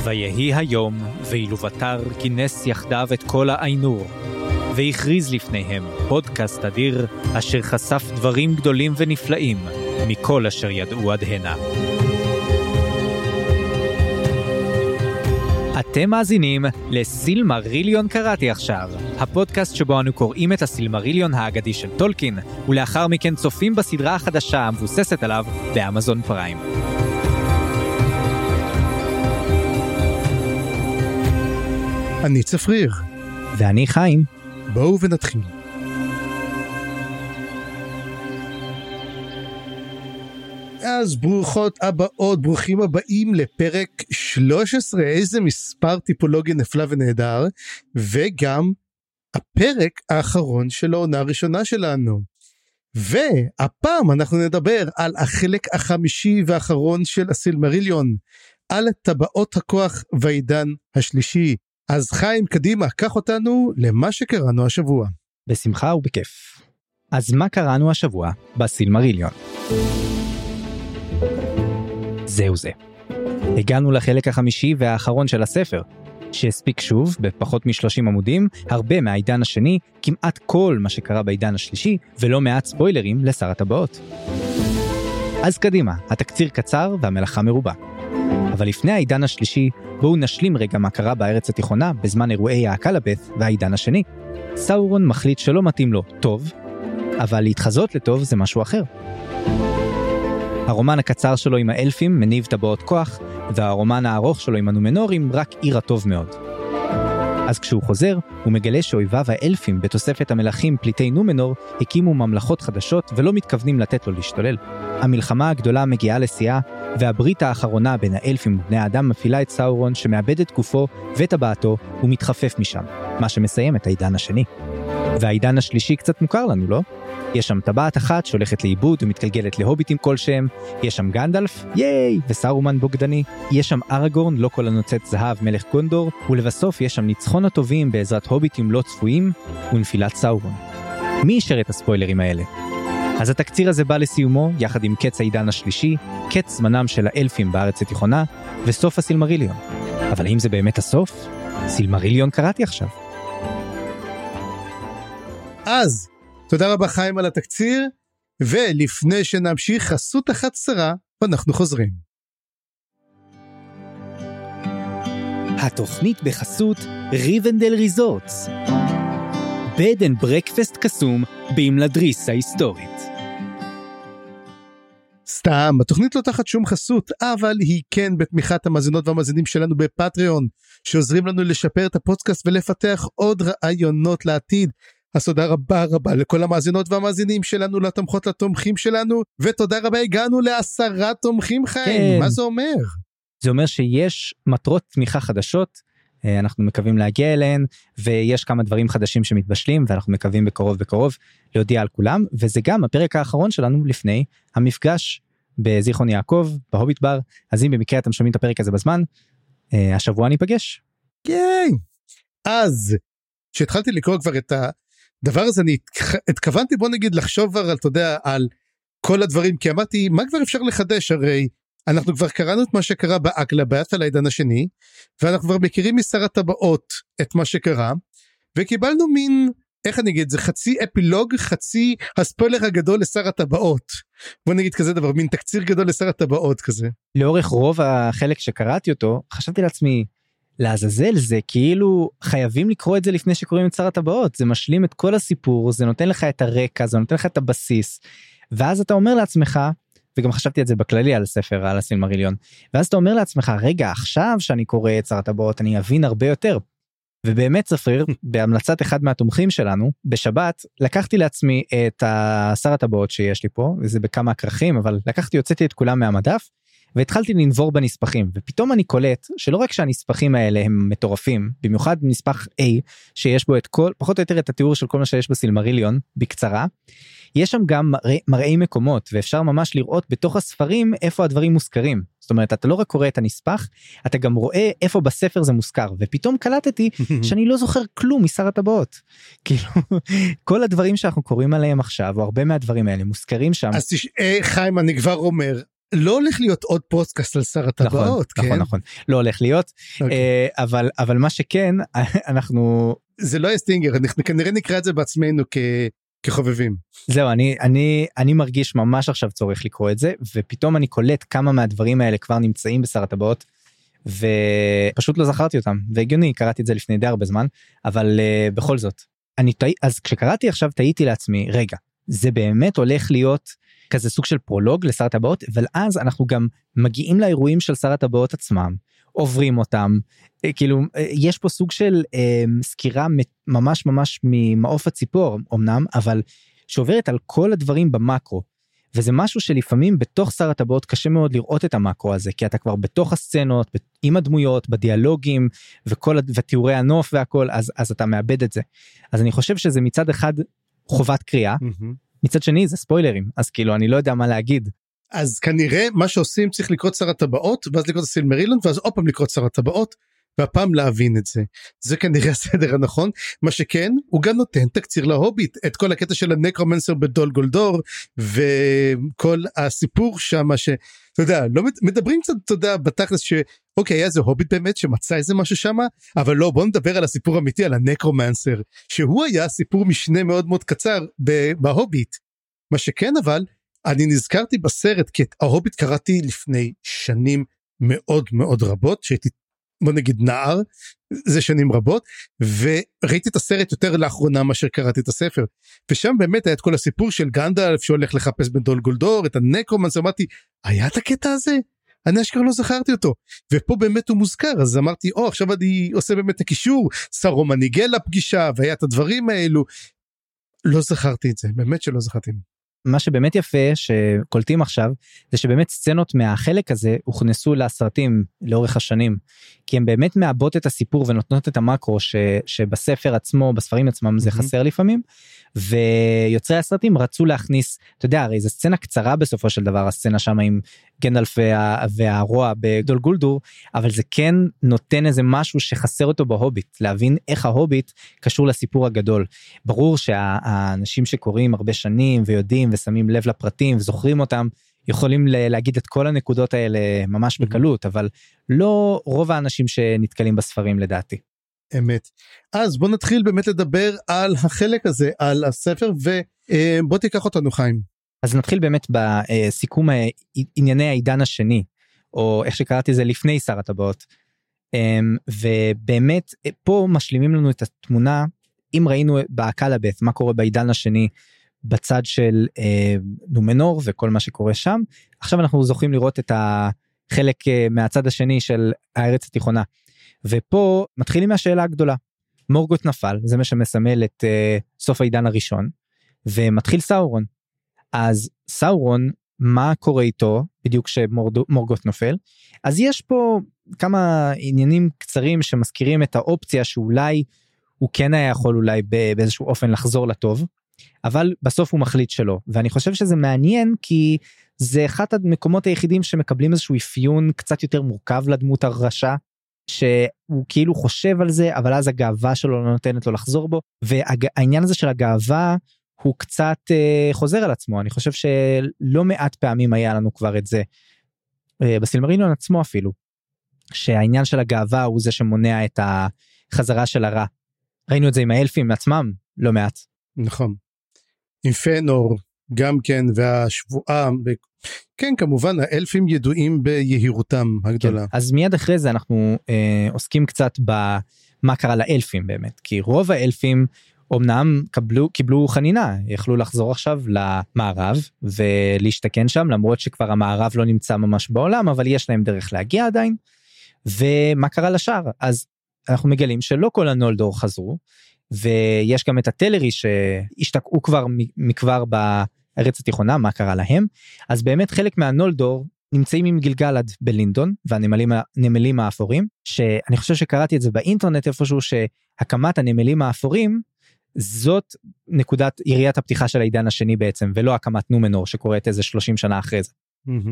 ויהי היום, ואילו ותר כינס יחדיו את כל העינור, והכריז לפניהם פודקאסט אדיר, אשר חשף דברים גדולים ונפלאים, מכל אשר ידעו עד הנה. אתם מאזינים לסילמריליון קראתי עכשיו, הפודקאסט שבו אנו קוראים את הסילמריליון האגדי של טולקין, ולאחר מכן צופים בסדרה החדשה המבוססת עליו באמזון פריים. אני צפריר. ואני חיים. בואו ונתחיל. אז ברוכות הבאות, ברוכים הבאים לפרק 13, איזה מספר טיפולוגי נפלא ונהדר, וגם הפרק האחרון של העונה הראשונה שלנו. והפעם אנחנו נדבר על החלק החמישי והאחרון של הסילמריליון, על טבעות הכוח והעידן השלישי. אז חיים, קדימה, קח אותנו למה שקראנו השבוע. בשמחה ובכיף. אז מה קראנו השבוע בסילמריליון? זהו זה. הגענו לחלק החמישי והאחרון של הספר, שהספיק שוב בפחות מ-30 עמודים, הרבה מהעידן השני, כמעט כל מה שקרה בעידן השלישי, ולא מעט ספוילרים לשר הטבעות. אז קדימה, התקציר קצר והמלאכה מרובה. אבל לפני העידן השלישי, בואו נשלים רגע מה קרה בארץ התיכונה בזמן אירועי האקלבת' והעידן השני. סאורון מחליט שלא מתאים לו טוב, אבל להתחזות לטוב זה משהו אחר. הרומן הקצר שלו עם האלפים מניב טבעות כוח, והרומן הארוך שלו עם הנומנורים רק עיר הטוב מאוד. אז כשהוא חוזר, הוא מגלה שאויביו האלפים בתוספת המלכים פליטי נומנור הקימו ממלכות חדשות ולא מתכוונים לתת לו להשתולל. המלחמה הגדולה מגיעה לשיאה, והברית האחרונה בין האלפים ובני האדם מפעילה את סאורון שמאבד את גופו וטבעתו ומתחפף משם, מה שמסיים את העידן השני. והעידן השלישי קצת מוכר לנו, לא? יש שם טבעת אחת שהולכת לאיבוד ומתגלגלת להוביטים כלשהם, יש שם גנדלף, ייי, וסארומן בוגדני, יש שם ארגורן, לא כל הנוצץ זהב מלך גונדור, ולבסוף יש שם ניצחון הטובים בעזרת הוביטים לא צפויים ונפילת סאורון. מי אישר את הספוילרים האלה? אז התקציר הזה בא לסיומו, יחד עם קץ העידן השלישי, קץ זמנם של האלפים בארץ התיכונה, וסוף הסילמריליון. אבל האם זה באמת הסוף? סילמריליון קראתי עכשיו. אז, תודה רבה חיים על התקציר, ולפני שנמשיך חסות אחת קצרה, ואנחנו חוזרים. התוכנית בחסות ריבנדל ריזורטס. בד אנד ברקפסט קסום באמלדריס ההיסטורית. סתם, התוכנית לא תחת שום חסות, אבל היא כן בתמיכת המאזינות והמאזינים שלנו בפטריון, שעוזרים לנו לשפר את הפודקאסט ולפתח עוד רעיונות לעתיד. אז תודה רבה רבה לכל המאזינות והמאזינים שלנו, לתומכות לתומכים שלנו, ותודה רבה, הגענו ל10 תומכים חיים. כן. מה זה אומר? זה אומר שיש מטרות תמיכה חדשות, אנחנו מקווים להגיע אליהן, ויש כמה דברים חדשים שמתבשלים, ואנחנו מקווים בקרוב להודיע על כולם, וזה גם הפרק האחרון שלנו לפני המפגש בזיכרון יעקב, בהוביט בר. אז אם במקרה אתם שומעים את הפרק הזה בזמן, השבוע ניפגש. כן. אז, כשהתחלתי לקרוא כבר את הדבר הזה, אני התכוונתי, בוא נגיד, לחשוב כבר על, אתה יודע, על כל הדברים, כי אמרתי, מה כבר אפשר לחדש? הרי אנחנו כבר קראנו את מה שקרה באקלבת' על העידן השני, ואנחנו כבר מכירים משר הטבעות את מה שקרה, וקיבלנו מין, איך אני אגיד, זה חצי אפילוג, חצי הספוילר הגדול לשר הטבעות. בוא נגיד כזה דבר, מין תקציר גדול לשר הטבעות כזה. לאורך רוב החלק שקראתי אותו, חשבתי לעצמי, לעזאזל, זה כאילו חייבים לקרוא את זה לפני שקוראים את שר הטבעות, זה משלים את כל הסיפור, זה נותן לך את הרקע, זה נותן לך את הבסיס, ואז אתה אומר לעצמך, וגם חשבתי את זה בכללי על הספר, על הסילמריליון, ואז אתה אומר לעצמך, רגע, עכשיו שאני קורא את שר הטבעות, אני אבין הרבה יותר. ובאמת צפריר, בהמלצת אחד מהתומכים שלנו, בשבת, לקחתי לעצמי את שר הטבעות שיש לי פה, וזה בכמה כרכים, אבל לקחתי, הוצאתי את כולם מהמדף, והתחלתי לנבור בנספחים, ופתאום אני קולט שלא רק שהנספחים האלה הם מטורפים, במיוחד נספח A, שיש בו את כל, פחות או יותר את התיאור של כל מה שיש בסילמריליון, בקצרה, יש שם גם מראי מקומות, ואפשר ממש לראות בתוך הספרים איפה הדברים מוזכרים. זאת אומרת, אתה לא רק קורא את הנספח, אתה גם רואה איפה בספר זה מוזכר, ופתאום קלטתי שאני לא זוכר כלום משר הטבעות. כאילו, כל הדברים שאנחנו קוראים עליהם עכשיו, או הרבה מהדברים האלה מוזכרים שם. אז חיים, אני כבר אומר, לא הולך להיות עוד פודקאסט על שר הטבעות, נכון, כן? נכון, לא הולך להיות, אבל מה שכן, אנחנו... זה לא יסטינגר, כנראה נקרא את זה בעצמנו כחובבים. זהו, אני מרגיש ממש עכשיו צורך לקרוא את זה, ופתאום אני קולט כמה מהדברים האלה כבר נמצאים בשר הטבעות, ופשוט לא זכרתי אותם, והגיוני, קראתי את זה לפני די הרבה זמן, אבל בכל זאת, אז כשקראתי עכשיו תהיתי לעצמי, רגע, זה באמת הולך להיות כזה סוג של פרולוג לשר הטבעות, אבל אז אנחנו גם מגיעים לאירועים של שר הטבעות עצמם, עוברים אותם, כאילו יש פה סוג של סקירה ממש ממש ממעוף הציפור אמנם, אבל שעוברת על כל הדברים במקרו, וזה משהו שלפעמים בתוך שר הטבעות קשה מאוד לראות את המקרו הזה, כי אתה כבר בתוך הסצנות, עם הדמויות, בדיאלוגים, ותיאורי הנוף והכל, אז אתה מאבד את זה. אז אני חושב שזה מצד אחד חובת קריאה, מצד שני זה ספוילרים, אז כאילו אני לא יודע מה להגיד. אז כנראה מה שעושים צריך לקרוא שר הטבעות, ואז לקרוא את הסילמרילון, ואז עוד פעם לקרוא שר הטבעות, והפעם להבין את זה. זה כנראה הסדר הנכון. מה שכן, הוא גם נותן תקציר להוביט, את כל הקטע של הנקרומנסר בדול גולדור, וכל הסיפור שם, שאתה יודע, לא מדברים קצת, אתה יודע, בתכלס שאוקיי, היה איזה הוביט באמת שמצא איזה משהו שם, אבל לא, בוא נדבר על הסיפור האמיתי, על הנקרומנסר, שהוא היה סיפור משנה מאוד מאוד קצר בהוביט. מה שכן אבל, אני נזכרתי בסרט, כי את ההוביט קראתי לפני שנים מאוד מאוד רבות, שהייתי בוא נגיד נער, זה שנים רבות, וראיתי את הסרט יותר לאחרונה מאשר קראתי את הספר, ושם באמת היה את כל הסיפור של גנדלף שהולך לחפש בדול גולדור, את הנקרומנסר, אמרתי, היה את הקטע הזה? אני אשכרה לא זכרתי אותו, ופה באמת הוא מוזכר, אז אמרתי, עכשיו אני עושה באמת את הקישור, סרומן הגיע לפגישה, והיה את הדברים האלו, לא זכרתי את זה, באמת שלא זכרתי. מה שבאמת יפה שקולטים עכשיו, זה שבאמת סצנות מהחלק הזה הוכנסו לסרטים לאורך השנים, כי הם באמת מאבות את הסיפור ונותנות את המקרו שבספר עצמו, בספרים עצמם זה חסר לפעמים, ויוצרי הסרטים רצו להכניס, אתה יודע, הרי זו סצנה קצרה בסופו של דבר, הסצנה שם עם גנדלף והרוע בדול גולדור, אבל זה כן נותן איזה משהו שחסר אותו בהוביט, להבין איך ההוביט קשור לסיפור הגדול. ברור שהאנשים שקוראים הרבה שנים ויודעים ושמים לב לפרטים וזוכרים אותם, יכולים להגיד את כל הנקודות האלה ממש בקלות, אבל לא רוב האנשים שנתקלים בספרים לדעתי. אמת. אז בוא נתחיל באמת לדבר על החלק הזה, על הספר, ובוא תיקח אותנו חיים. אז נתחיל באמת בסיכום ענייני העידן השני, או איך שקראתי זה לפני שר הטבעות, ובאמת פה משלימים לנו את התמונה, אם ראינו באקלבית מה קורה בעידן השני, בצד של נומנור וכל מה שקורה שם, עכשיו אנחנו זוכים לראות את החלק מהצד השני של הארץ התיכונה, ופה מתחילים מהשאלה הגדולה, מורגות נפל, זה מה שמסמל את סוף העידן הראשון, ומתחיל סאורון, אז סאורון, מה קורה איתו, בדיוק כשמורגות נופל, אז יש פה כמה עניינים קצרים שמזכירים את האופציה שאולי הוא כן היה יכול אולי באיזשהו אופן לחזור לטוב, אבל בסוף הוא מחליט שלא, ואני חושב שזה מעניין כי זה אחד המקומות היחידים שמקבלים איזשהו אפיון קצת יותר מורכב לדמות הרשע, שהוא כאילו חושב על זה, אבל אז הגאווה שלו לא נותנת לו לחזור בו, והעניין הזה של הגאווה הוא קצת חוזר על עצמו, אני חושב שלא מעט פעמים היה לנו כבר את זה, בסילמרילון עצמו אפילו, שהעניין של הגאווה הוא זה שמונע את החזרה של הרע, ראינו את זה עם האלפים עצמם, לא מעט. נכון, עם פנור גם כן, והשבועה, כן כמובן האלפים ידועים ביהירותם הגדולה. כן, אז מיד אחרי זה אנחנו עוסקים קצת במה קרה לאלפים באמת, כי רוב האלפים אמנם קיבלו חנינה, יכלו לחזור עכשיו למערב ולהשתכן שם, למרות שכבר המערב לא נמצא ממש בעולם, אבל יש להם דרך להגיע עדיין, ומה קרה לשאר? אז אנחנו מגלים שלא כל הנולדור חזרו, ויש גם את הטלרי שהשתקעו כבר מכבר בארץ התיכונה, מה קרה להם? אז באמת חלק מהנולדור נמצאים עם גלגלד בלינדון, והנמלים האפורים, שאני חושב שקראתי את זה באינטרנט איפשהו, שהקמת הנמלים האפורים, זאת נקודת יריית הפתיחה של העידן השני בעצם, ולא הקמת נומנור שקורית איזה 30 שנה אחרי זה.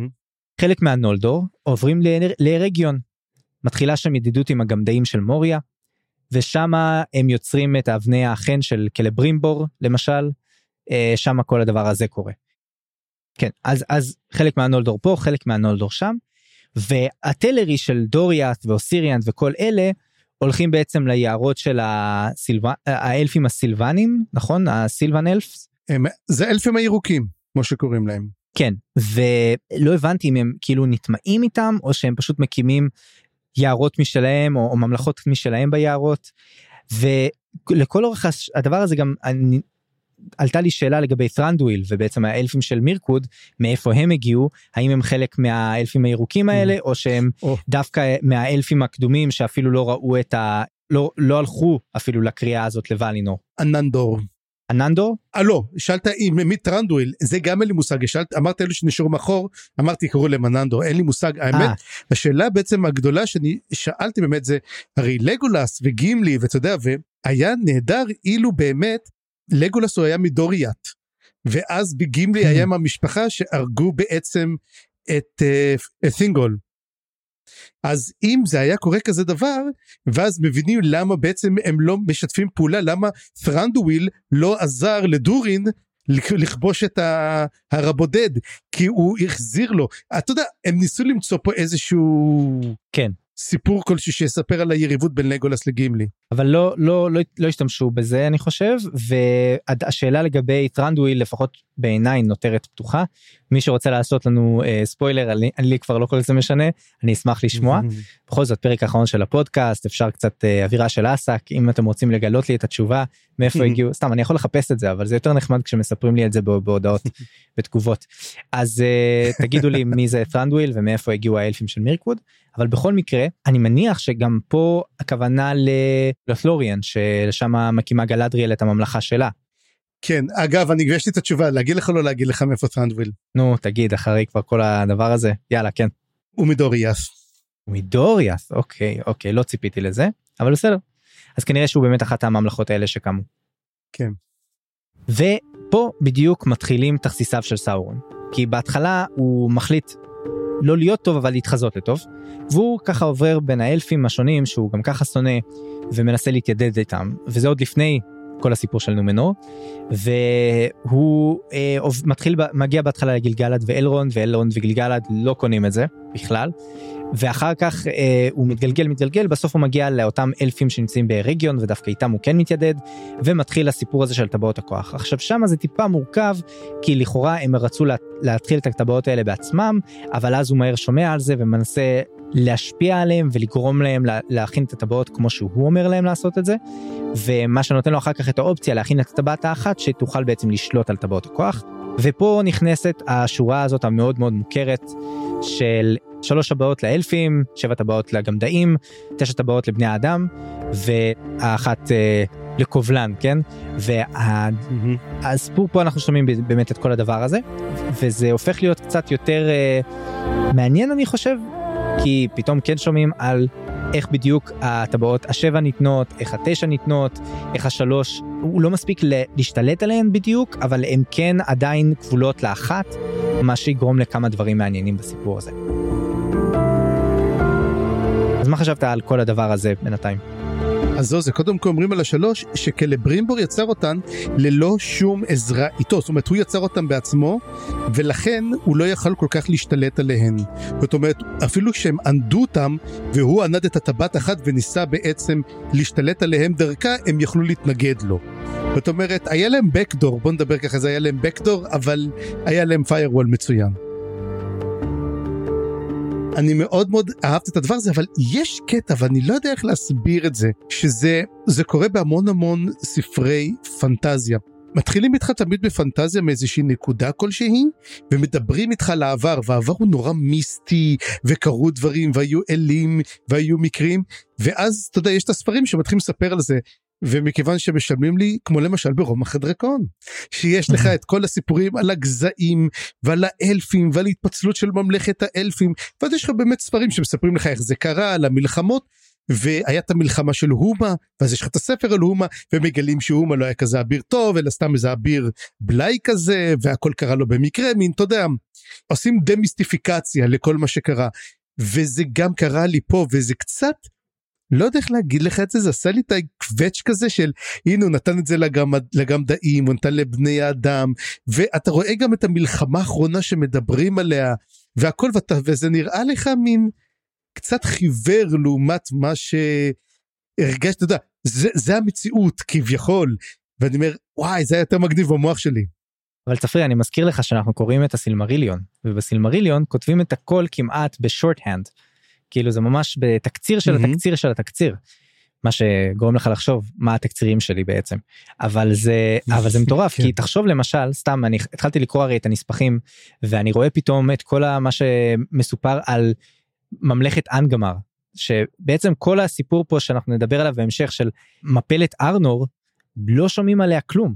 חלק מהנולדור עוברים לרגיון, מתחילה שם ידידות עם הגמדאים של מוריה, ושם הם יוצרים את האבני האחן של קלברימבור, למשל, שם כל הדבר הזה קורה. כן, אז חלק מהנולדור פה, חלק מהנולדור שם, והטלרי של דוריאט ואוסיריאן וכל אלה, הולכים בעצם ליערות של האלפים הסילבנים, נכון? הסילבן אלפס? זה אלפים הירוקים, כמו שקוראים להם. כן, ולא הבנתי אם הם כאילו נטמעים איתם, או שהם פשוט מקימים יערות משלהם, או ממלכות משלהם ביערות, ולכל אורך הדבר הזה גם עלתה לי שאלה לגבי ת'רנדוויל, ובעצם האלפים של מירקוד, מאיפה הם הגיעו, האם הם חלק מהאלפים הירוקים האלה, או שהם דווקא מהאלפים הקדומים, שאפילו לא ראו לא הלכו אפילו לקריאה הזאת לוולינור. אננדור. אננדור? לא, שאלת מי ת'רנדוויל, זה גם אין לי מושג, אמרת אלו שנשארו מאחור, אמרתי קראו להם אננדור, אין לי מושג, האמת, השאלה בעצם הגדולה שאני שאלתי באמת זה, הרי לגולס וגימלי, ואתה יודע, והיה נהדר אילו באמת, לגולס הוא היה מדוריאט, ואז בגימלי היה עם המשפחה שהרגו בעצם את ת'ינגול. אז אם זה היה קורה כזה דבר, ואז מבינים למה בעצם הם לא משתפים פעולה, למה ת'רנדוויל לא עזר לדורין לכבוש את הר הבודד, כי הוא החזיר לו. אתה יודע, הם ניסו למצוא פה איזשהו... כן. סיפור כלשהו שיספר על היריבות בין לגולס לגימלי. אבל לא השתמשו בזה אני חושב, והשאלה לגבי ת'רנדוויל לפחות בעיניי נותרת פתוחה, מי שרוצה לעשות לנו ספוילר, לי כבר לא כל זה משנה, אני אשמח לשמוע, בכל זאת פרק האחרון של הפודקאסט, אפשר קצת אווירה של עסק, אם אתם רוצים לגלות לי את התשובה, מאיפה הגיעו, סתם אני יכול לחפש את זה, אבל זה יותר נחמד כשמספרים לי את זה בהודעות, בתגובות, אז תגידו לי מי זה ת'רנדוויל ומאיפה הגיעו האלפים של מירקווד, אבל בכל מקרה, אני מניח שגם פה הכוונה ללות'לוריאן, ששם מקימה גלדריאל את הממלכה שלה. כן, אגב, אני גבשתי את התשובה, להגיד לך או לא להגיד לך מאיפה ת'רנדוויל? נו, תגיד, אחרי כבר כל הדבר הזה, יאללה, כן. הוא מדוריאס. הוא מדוריאס, אוקיי, לא ציפיתי לזה, אבל בסדר. אז כנראה שהוא באמת אחת הממלכות האלה שקמו. כן. ופה בדיוק מתחילים תכסיסיו של סאורון, כי בהתחלה הוא מחליט לא להיות טוב, אבל להתחזות לטוב, והוא ככה עובר בין האלפים השונים, שהוא גם ככה שונא, ומנסה להתיידד איתם, וזה עוד לפני כל הסיפור של נומנור, והוא מגיע בהתחלה לגלגלד ואלרונד, ואלרונד וגלגלד לא קונים את זה בכלל, ואחר כך הוא מתגלגל, בסוף הוא מגיע לאותם אלפים שנמצאים ברגיון, ודווקא איתם הוא כן מתיידד, ומתחיל הסיפור הזה של טבעות הכוח. עכשיו שם זה טיפה מורכב, כי לכאורה הם רצו להתחיל את הטבעות האלה בעצמם, אבל אז הוא מהר שומע על זה, ומנסה להשפיע עליהם, ולגרום להם להכין את הטבעות כמו שהוא אומר להם לעשות את זה, ומה שנותן לו אחר כך את האופציה להכין את הטבעת האחת, שתוכל בעצם לשלוט על טבעות הכוח, ופה נכנסת השורה הזאת המאוד מאוד מוכרת, של 3 טבעות לאלפים, 7 טבעות לגמדאים, 9 טבעות לבני האדם, והאחת לקובלן, כן? והסיפור פה אנחנו שומעים באמת את כל הדבר הזה, וזה הופך להיות קצת יותר מעניין אני חושב, כי פתאום כן שומעים על איך בדיוק הטבעות 7 ניתנות, איך 9 ניתנות, איך 3, הוא לא מספיק להשתלט עליהן בדיוק, אבל הן כן עדיין כבולות לאחת, מה שיגרום לכמה דברים מעניינים בסיפור הזה. אז מה חשבת על כל הדבר הזה בינתיים? אז זה קודם כל אומרים על 3, שקלברימבור יצר אותן ללא שום עזרה איתו, זאת אומרת הוא יצר אותן בעצמו, ולכן הוא לא יכל כל כך להשתלט עליהן. זאת אומרת, אפילו שהם ענדו אותם, והוא ענד את הטבעת אחת וניסה בעצם להשתלט עליהם דרכה, הם יכלו להתנגד לו. זאת אומרת, היה להם בקדור, בוא נדבר ככה, זה היה להם בקדור, אבל היה להם פיירוול מצוין. אני מאוד מאוד אהבתי את הדבר הזה, אבל יש קטע, ואני לא יודע איך להסביר את זה, שזה קורה בהמון המון ספרי פנטזיה. מתחילים איתך תמיד בפנטזיה מאיזושהי נקודה כלשהי, ומדברים איתך על העבר, והעבר הוא נורא מיסטי, וקרו דברים, והיו אלים, והיו מקרים, ואז, אתה יודע, יש את הספרים שמתחילים לספר על זה, ומכיוון שמשלמים לי, כמו למשל ברומח הדרקון, שיש לך את כל הסיפורים על הגזעים, ועל האלפים, ועל התפצלות של ממלכת האלפים, ואז יש לך באמת ספרים שמספרים לך איך זה קרה, על המלחמות, והיה את המלחמה של הומה, ואז יש לך את הספר על הומה, ומגלים שהומה לא היה כזה אביר טוב, אלא סתם איזה אביר בלי כזה, והכל קרה לו במקרה, מין, אתה יודע, עושים דמיסטיפיקציה לכל מה שקרה, וזה גם קרה לי פה, וזה קצת לא יודע איך להגיד לך את זה, זה עשה לי את הקווץ' כזה של, הנה הוא נתן את זה לגמדאים, הוא נתן לבני האדם, ואתה רואה גם את המלחמה האחרונה שמדברים עליה, והכל, וזה נראה לך מין קצת חיוור לעומת מה שהרגשת, אתה יודע, זה המציאות כביכול, ואני אומר, וואי, זה היה יותר מגניב במוח שלי. אבל צפרי, אני מזכיר לך שאנחנו קוראים את הסילמריליון, ובסילמריליון כותבים את הכל כמעט בשורט-הנד, כאילו זה ממש בתקציר של התקציר של התקציר, מה שגורם לך לחשוב מה התקצירים שלי בעצם, אבל זה מטורף, כי תחשוב למשל, סתם אני התחלתי לקרוא הרי את הנספחים, ואני רואה פתאום את כל מה שמסופר על ממלכת אנגמר, שבעצם כל הסיפור פה שאנחנו נדבר עליו בהמשך של מפלת ארנור, לא שומעים עליה כלום,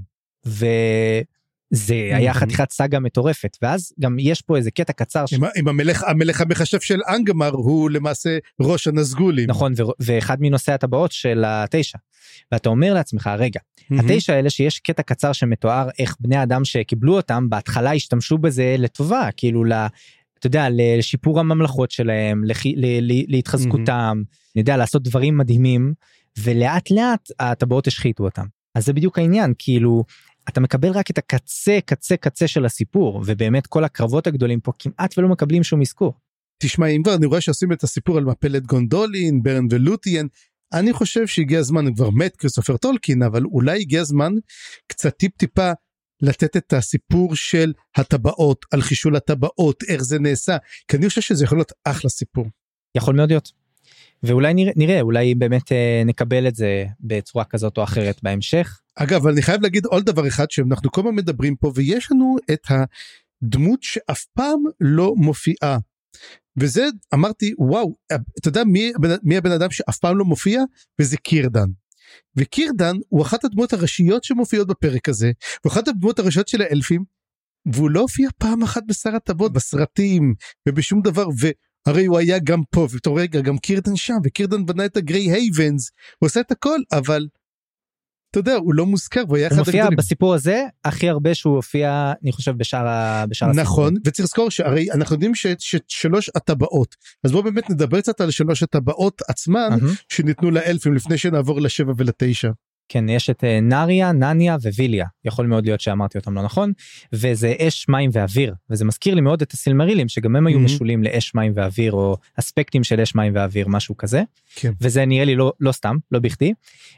זה היה חתיכת סאגה מטורפת, ואז גם יש פה איזה קטע קצר. עם המלך המחשב של אנגמר, הוא למעשה ראש הנזגולים. נכון, ואחד מנושאי הטבעות של 9. ואתה אומר לעצמך, רגע, 9 האלה שיש קטע קצר שמתואר איך בני האדם שקיבלו אותם, בהתחלה השתמשו בזה לטובה, כאילו אתה יודע, לשיפור הממלכות שלהם, להתחזקותם, אני יודע, לעשות דברים מדהימים, ולאט לאט הטבעות השחיתו אותם. אז זה בדיוק העניין, כאילו, אתה מקבל רק את הקצה של הסיפור, ובאמת כל הקרבות הגדולים פה כמעט ולא מקבלים שום מזכור. תשמע, אם כבר אני רואה שעושים את הסיפור על מפלת גונדולין, ברן ולותיאן, אני חושב שהגיע הזמן, הוא כבר מת כריסטופר טולקין, אבל אולי הגיע הזמן קצת טיפה לתת את הסיפור של הטבעות, על חישול הטבעות, איך זה נעשה, כי אני חושב שזה יכול להיות אחלה סיפור. יכול מאוד להיות. ואולי נראה, אולי באמת נקבל את זה בצורה כזאת או אחרת בהמשך. אגב, אני חייב להגיד עוד דבר אחד, שאנחנו כל הזמן מדברים פה, ויש לנו את הדמות שאף פעם לא מופיעה, וזה אמרתי, וואו, אתה יודע מי הבן אדם שאף פעם לא מופיע? וזה קירדן. וקירדן הוא אחת הדמות הראשיות שמופיעות בפרק הזה, הוא אחת הדמות הראשיות של האלפים, והוא לא הופיע פעם אחת בשר הטבות, בסרטים, ובשום דבר, הרי הוא היה גם פה, ובתור רגע, גם קירדן שם, וקירדן בנה את הגריי הייבנס, הוא עושה את הכל, אבל, אתה יודע, הוא לא מוזכר, והוא היה אחד הגדולים. הוא מופיע בסיפור הזה, הכי הרבה שהוא הופיע, אני חושב, בשאר הסיפור. נכון, וצריך לזכור שהרי אנחנו יודעים ששלוש הטבעות, אז בואו באמת נדבר קצת על שלוש הטבעות עצמן, שניתנו לאלפים, לפני שנעבור ל7 ול9. כן, יש את נריה, נניה וויליה, יכול מאוד להיות שאמרתי אותם לא נכון, וזה אש, מים ואוויר, וזה מזכיר לי מאוד את הסילמרילים, שגם הם היו משולים לאש, מים ואוויר, או אספקטים של אש, מים ואוויר, משהו כזה, וזה נראה לי לא סתם, לא בכדי,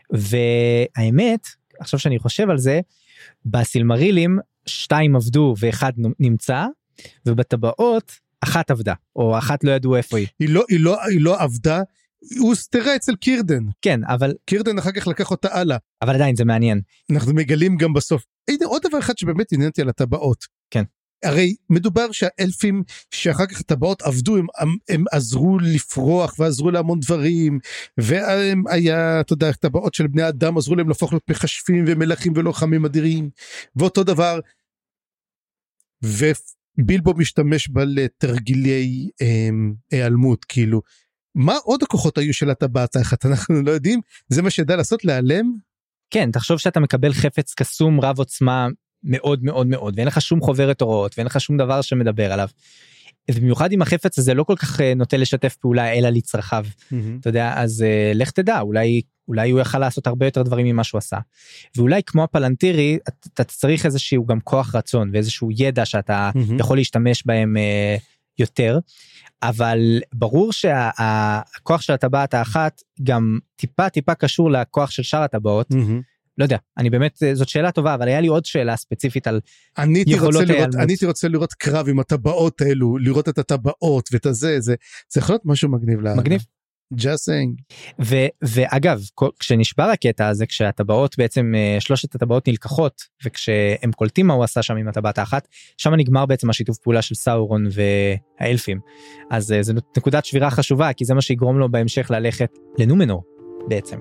והאמת, עכשיו שאני חושב על זה, בסילמרילים 2 עבדו ואחד נמצא, ובטבעות 1 עבדה, או 1 לא ידעו איפה היא. היא לא עבדה, הוא סתרה אצל קירדן. כן, אבל קירדן אחר כך לקח אותה הלאה. אבל עדיין זה מעניין. אנחנו מגלים גם בסוף. הנה עוד דבר אחד שבאמת עניינתי על הטבעות. כן. הרי מדובר שהאלפים שאחר כך הטבעות עבדו, הם עזרו לפרוח ועזרו להמון דברים, והם היה, אתה יודע, הטבעות של בני אדם עזרו להם להפוך להיות מחשבים ומלכים ולוחמים אדירים, ואותו דבר, ובילבו משתמש בה לתרגילי היעלמות, כאילו, מה עוד הכוחות היו של הטבעת האחת? אנחנו לא יודעים, זה מה שידע לעשות, להיעלם? כן, תחשוב שאתה מקבל חפץ קסום רב עוצמה מאוד מאוד מאוד, ואין לך שום חוברת הוראות, ואין לך שום דבר שמדבר עליו. ובמיוחד עם החפץ הזה לא כל כך נוטה לשתף פעולה, אלא לצרכיו. אתה יודע, אז לך תדע, אולי הוא יכל לעשות הרבה יותר דברים ממה שהוא עשה. ואולי כמו הפלנטירי, אתה צריך איזשהו גם כוח רצון, ואיזשהו ידע שאתה יכול להשתמש בהם יותר, אבל ברור שהכוח של הטבעת האחת גם טיפה קשור לכוח של שאר הטבעות. לא יודע, אני באמת, זאת שאלה טובה, אבל היה לי עוד שאלה ספציפית על יכולות ההיעלמות. אני רוצה לראות קרב עם הטבעות האלו, לראות את הטבעות ואת זה יכול להיות משהו מגניב. מגניב. just saying. ואגב, כשנשבר הקטע הזה, כשהטבעות בעצם, 3 הטבעות נלקחות, וכשהם קולטים מה הוא עשה שם עם הטבעת האחת, שם נגמר בעצם השיתוף פעולה של סאורון והאלפים. אז זו נקודת שבירה חשובה, כי זה מה שיגרום לו בהמשך ללכת לנומנור בעצם.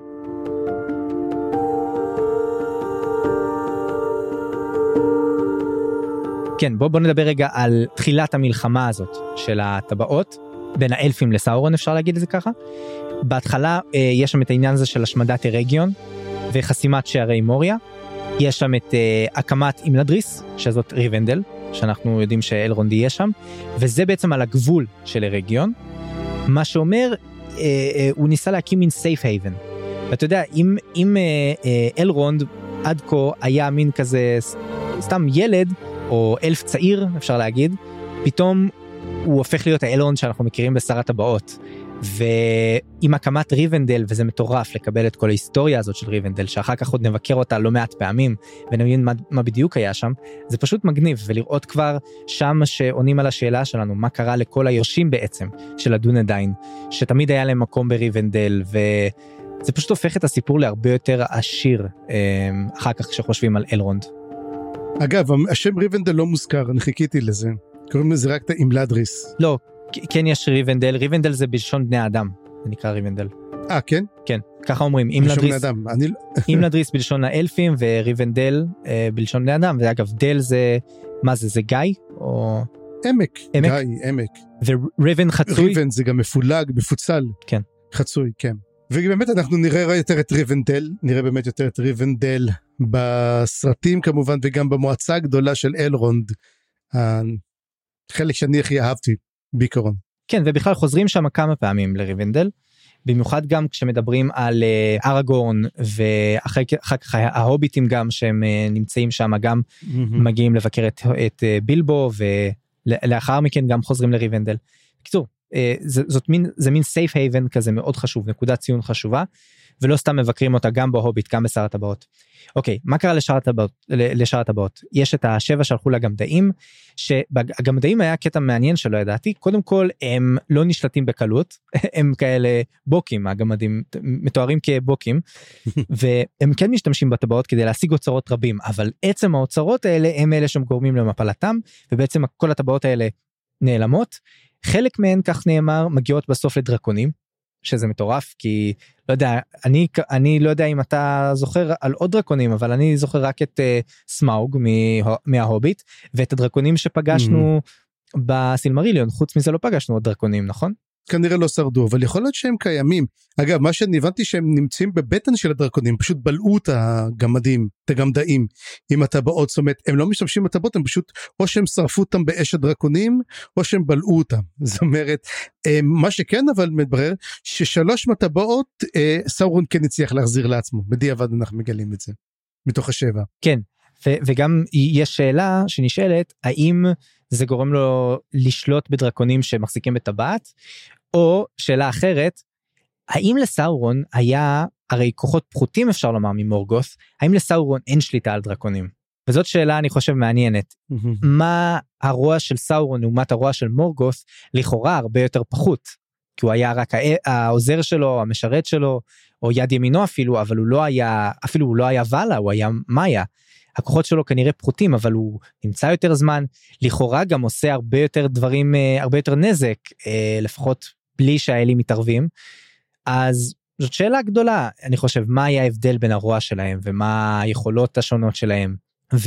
כן, בוא נדבר רגע על תחילת המלחמה הזאת של הטבעות, בין האלפים לסאורון, אפשר להגיד את זה ככה. בהתחלה יש שם את העניין הזה של השמדת הרגיון, וחסימת שערי מוריה. יש שם את הקמת אימנדריס, שזאת ריבנדל, שאנחנו יודעים שאלרונד יהיה שם, וזה בעצם על הגבול של הרגיון, מה שאומר, הוא ניסה להקים מין סייף הייבן. ואתה יודע, אם אלרונד עד כה היה מין כזה סתם ילד, או אלף צעיר, אפשר להגיד, פתאום הוא הופך להיות האלרונד שאנחנו מכירים בשר הטבעות. ועם הקמת ריבנדל, וזה מטורף לקבל את כל ההיסטוריה הזאת של ריבנדל, שאחר כך עוד נבקר אותה לא מעט פעמים, ונבין מה בדיוק היה שם, זה פשוט מגניב, ולראות כבר שם שעונים על השאלה שלנו, מה קרה לכל היורשים בעצם של הדונדיין, שתמיד היה להם מקום בריבנדל, וזה פשוט הופך את הסיפור להרבה יותר עשיר, אחר כך כשחושבים על אלרונד. אגב, השם ריבנדל לא מוזכר, אני חיכיתי לזה, קוראים לזה רק את אימלדריס. לא, כן יש ריבנדל, ריבנדל זה בלשון בני אדם, זה נקרא ריבנדל. כן? כן, ככה אומרים, אימלדריס בלשון האלפים, וריבנדל בלשון בני אדם, ואגב דל זה, מה זה, זה גיא? או... עמק, גיא, עמק. וריבן חצוי? ריבן זה גם מפולג, מפוצל. כן. חצוי, כן. ובאמת אנחנו נראה יותר את ריבנדל, נראה באמת יותר את ריבנדל בסרטים כמובן, וגם במועצה הגדולה של אלרונד, חלק שאני הכי אהבתי. בעיקרון. כן, ובכלל חוזרים שם כמה פעמים לריבנדל, במיוחד גם כשמדברים על אראגורן, ואחר כך ההוביטים גם שהם נמצאים שם, גם מגיעים לבקר את בילבו, ולאחר מכן גם חוזרים לריבנדל. בקיצור, זה מין סייף הייבן כזה מאוד חשוב, נקודת ציון חשובה, ולא סתם מבקרים אותה גם בהוביט, גם בשר הטבעות. אוקיי, מה קרה לשאר הטבעות? יש את השבע שהלכו לגמדאים, שהגמדאים היה קטע מעניין שלא ידעתי, קודם כל הם לא נשלטים בקלות, הם כאלה בוקים, הגמדים מתוארים כבוקים, והם כן משתמשים בטבעות כדי להשיג אוצרות רבים, אבל עצם האוצרות האלה הם אלה שגורמים למפלתם, ובעצם כל הטבעות האלה נעלמות, חלק מהן כך נאמר מגיעות בסוף לדרקונים, שזה מטורף, כי לא יודע, אני לא יודע אם אתה זוכר על עוד דרקונים, אבל אני זוכר רק את סמאוג מההוביט, ואת הדרקונים שפגשנו בסילמריליון, חוץ מזה לא פגשנו עוד דרקונים, נכון? כנראה לא שרדו, אבל יכול להיות שהם קיימים. אגב, מה שאני הבנתי שהם נמצאים בבטן של הדרקונים, פשוט בלעו את הגמדים, את הגמדאים, עם הטבעות, זאת אומרת, הם לא משתמשים בטבעות, הם פשוט, או שהם שרפו אותם באש הדרקונים, או שהם בלעו אותם. זאת אומרת, מה שכן אבל מתברר, ששלוש מהטבעות, סאורון כן הצליח להחזיר לעצמו, בדיעבד אנחנו מגלים את זה, מתוך השבע. כן, וגם יש שאלה שנשאלת, האם זה גורם לו לשלוט בדרקונים שמחזיקים בטבעת, או שאלה אחרת, האם לסאורון היה, הרי כוחות פחותים אפשר לומר ממורגות, האם לסאורון אין שליטה על דרקונים? וזאת שאלה אני חושב מעניינת, מה הרוע של סאורון לעומת הרוע של מורגות, לכאורה הרבה יותר פחות, כי הוא היה רק העוזר שלו, המשרת שלו, או יד ימינו אפילו, אבל הוא לא היה, אפילו הוא לא היה ואלה, הוא היה מאיה, הכוחות שלו כנראה פחותים, אבל הוא נמצא יותר זמן, לכאורה גם עושה הרבה יותר דברים, הרבה יותר נזק, לפחות בלי שהאלים מתערבים, אז זאת שאלה גדולה, אני חושב, מה היה ההבדל בין הרוע שלהם, ומה היכולות השונות שלהם,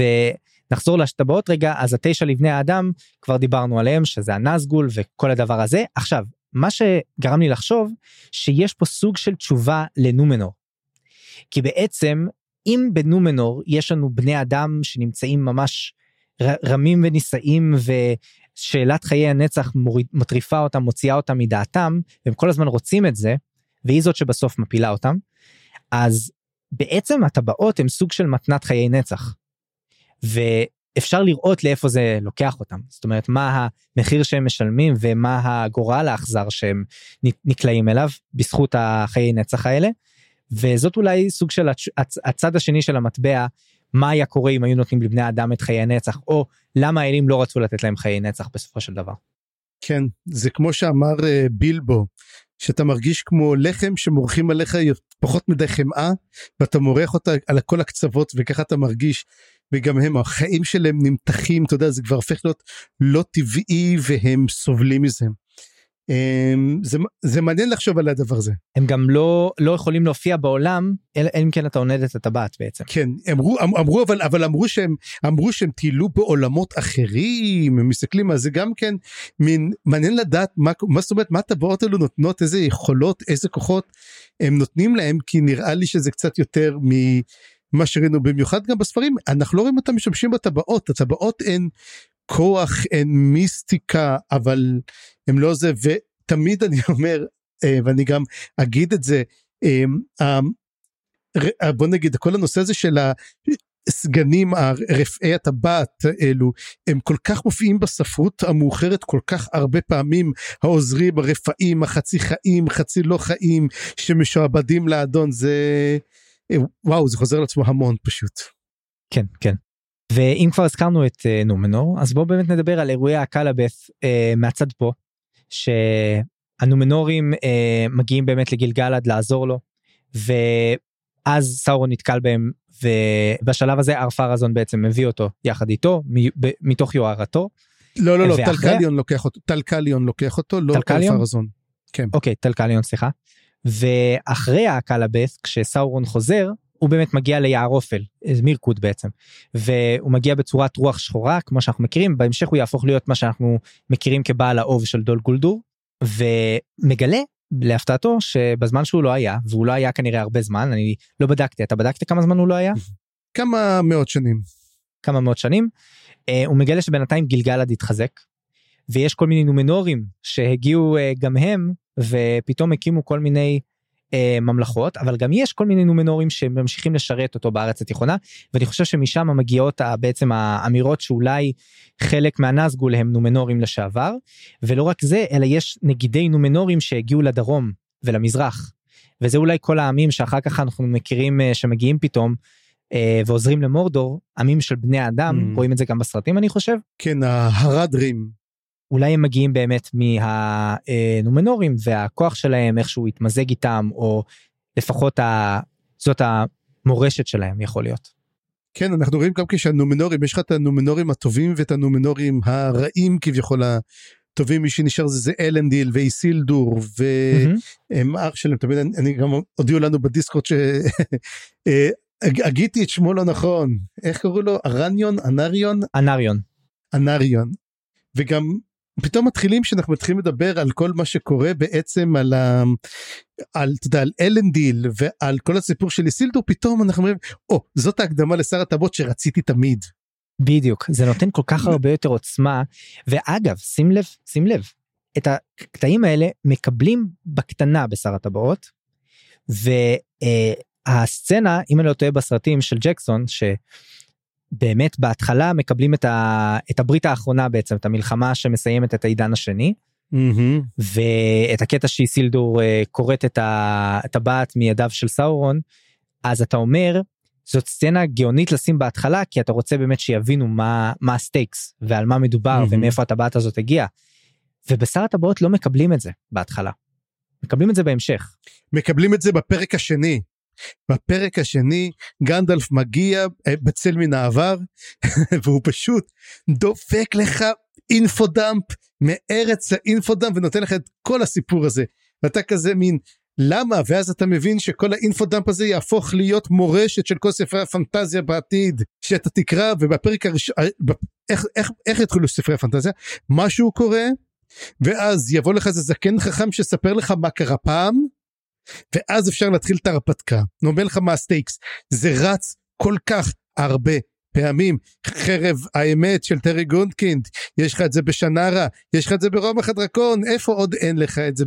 ונחזור לשטבעות רגע, אז 9 לבני האדם, כבר דיברנו עליהם, שזה הנזגול וכל הדבר הזה, עכשיו, מה שגרם לי לחשוב, שיש פה סוג של תשובה לנומנור, כי בעצם, אם בנומנור יש לנו בני אדם שנמצאים ממש רמים ונישאים, ושאלת חיי הנצח מטריפה אותם, מוציאה אותם מדעתם, והם כל הזמן רוצים את זה, והיא זאת שבסוף מפילה אותם, אז בעצם הטבעות הם סוג של מתנת חיי נצח, ואפשר לראות לאיפה זה לוקח אותם, זאת אומרת מה המחיר שהם משלמים, ומה הגורל האכזר שהם נקלעים אליו, בזכות החיי נצח האלה, וזאת אולי סוג של הצד השני של המטבע, מה היה קורה אם היו נותנים לבני האדם את חיי נצח, או למה האלים לא רצו לתת להם חיי נצח בסופו של דבר. כן, זה כמו שאמר בילבו, שאתה מרגיש כמו לחם שמורחים עליך פחות מדי חמאה, ואתה מורח אותה על כל הקצוות, וככה אתה מרגיש, וגם הם, החיים שלהם נמתחים, אתה יודע, זה כבר הופך להיות לא טבעי, והם סובלים מזה. זה מעניין לחשוב על הדבר הזה. הם גם לא יכולים להופיע בעולם, אלא אם כן אתה עונד את הטבעת בעצם. כן, אמרו, אבל אמרו שהם טיילו בעולמות אחרים, הם מסתכלים על זה גם כן, מעניין לדעת מה זאת אומרת, מה הטבעות האלו נותנות, איזה יכולות, איזה כוחות הם נותנים להם, כי נראה לי שזה קצת יותר ממה שראינו, במיוחד גם בספרים, אנחנו לא רואים אותם משתמשים בטבעות, הטבעות הן כוח, הן מיסטיקה, אבל הם לא זה, ותמיד אני אומר, ואני גם אגיד את זה, בוא נגיד, כל הנושא הזה של הסגנים, רפאי הטבעת אלו, הם כל כך מופיעים בספרות המאוחרת כל כך הרבה פעמים, העוזרים, הרפאים, החצי חיים, חצי לא חיים, שמשועבדים לאדון, זה, וואו, זה חוזר לעצמו המון פשוט. כן, כן. ואם כבר הזכרנו את נומנור, אז בואו באמת נדבר על אירועי הקלאבת' מהצד פה, שהנומנורים מגיעים באמת לגילגלד לעזור לו, ואז סאורון נתקל בהם, ובשלב הזה ארפרזון בעצם מביא אותו יחד איתו, מתוך יוהרתו. לא, טלקליון לוקח אותו, לא ארפרזון. אוקיי, טלקליון, סליחה. ואחרי הקלאבת' כשסאורון חוזר, הוא באמת מגיע ליער אופל, מירקוד בעצם, והוא מגיע בצורת רוח שחורה, כמו שאנחנו מכירים, בהמשך הוא יהפוך להיות מה שאנחנו מכירים כבעל האוב של דול גולדור, ומגלה להפתעתו שבזמן שהוא לא היה, והוא לא היה כנראה הרבה זמן, אני לא בדקתי, אתה בדקת כמה זמן הוא לא היה? כמה מאות שנים, הוא מגלה שבינתיים גילגלד התחזק, ויש כל מיני נומנורים שהגיעו גם הם, ופתאום הקימו כל מיני ממלכות, אבל גם יש כל מיני נומנורים שממשיכים לשרת אותו בארץ התיכונה, ואני חושב שמשם מגיעות בעצם האמירות שאולי חלק מהנזגול הם נומנורים לשעבר, ולא רק זה, אלא יש נגידי נומנורים שהגיעו לדרום ולמזרח, וזה אולי כל העמים שאחר כך אנחנו מכירים שמגיעים פתאום, ועוזרים למורדור, עמים של בני האדם, רואים את זה גם בסרטים אני חושב. כן, ההרדרים. אולי הם מגיעים באמת מהנומנורים, והכוח שלהם איכשהו יתמזג איתם, או לפחות זאת המורשת שלהם יכול להיות. כן, אנחנו רואים גם כשהנומנורים, יש לך את הנומנורים הטובים, ואת הנומנורים הרעים כביכול הטובים, מי שנשאר זה אלנדיל, ואיסילדור, והם אח שלהם, תמיד אני גם הודיעו לנו בדיסקורד, הגיתי את שמו לא נכון, איך קראו לו? אנריון. וגם פתאום מתחילים שאנחנו מתחילים לדבר על כל מה שקורה בעצם על אלנדיל ועל כל הסיפור של איסילדור, פתאום אנחנו אומרים, זאת ההקדמה לשר הטבעות שרציתי תמיד. בדיוק, זה נותן כל כך הרבה יותר עוצמה, ואגב, שים לב, את הקטעים האלה מקבלים בקטנה בשר הטבעות, והסצנה, אם אני לא טועה בסרטים של ג'קסון, באמת בהתחלה מקבלים את הברית האחרונה בעצם, את המלחמה שמסיימת את העידן השני, ואת הקטע שאיסילדור קוראת את הטבעת מידיו של סאורון, אז אתה אומר, זאת סצנה גאונית לשים בהתחלה, כי אתה רוצה באמת שיבינו מה הסטייקס, ועל מה מדובר, ומאיפה הטבעת הזאת הגיעה, ובשר הטבעות לא מקבלים את זה בהתחלה, מקבלים את זה בהמשך. מקבלים את זה בפרק השני, גנדלף מגיע בצל מן העבר, והוא פשוט דופק לך אינפודאמפ מארץ האינפודאמפ, ונותן לך את כל הסיפור הזה, ואתה כזה מין, למה? ואז אתה מבין שכל האינפודאמפ הזה יהפוך להיות מורשת של כל ספרי הפנטזיה בעתיד, שאתה תקרא, ובפרק הראשון, איך יתחילו ספרי הפנטזיה? משהו קורה, ואז יבוא לך איזה זקן חכם שספר לך מה קרה פעם, ואז אפשר להתחיל את הרפתקה, נאמר לך מה הסטייקס, זה רץ כל כך הרבה פעמים, חרב האמת של טרי גונדקינד, יש לך את זה בשנרה, יש לך את זה ברומח הדרקון, איפה עוד אין לך את זה,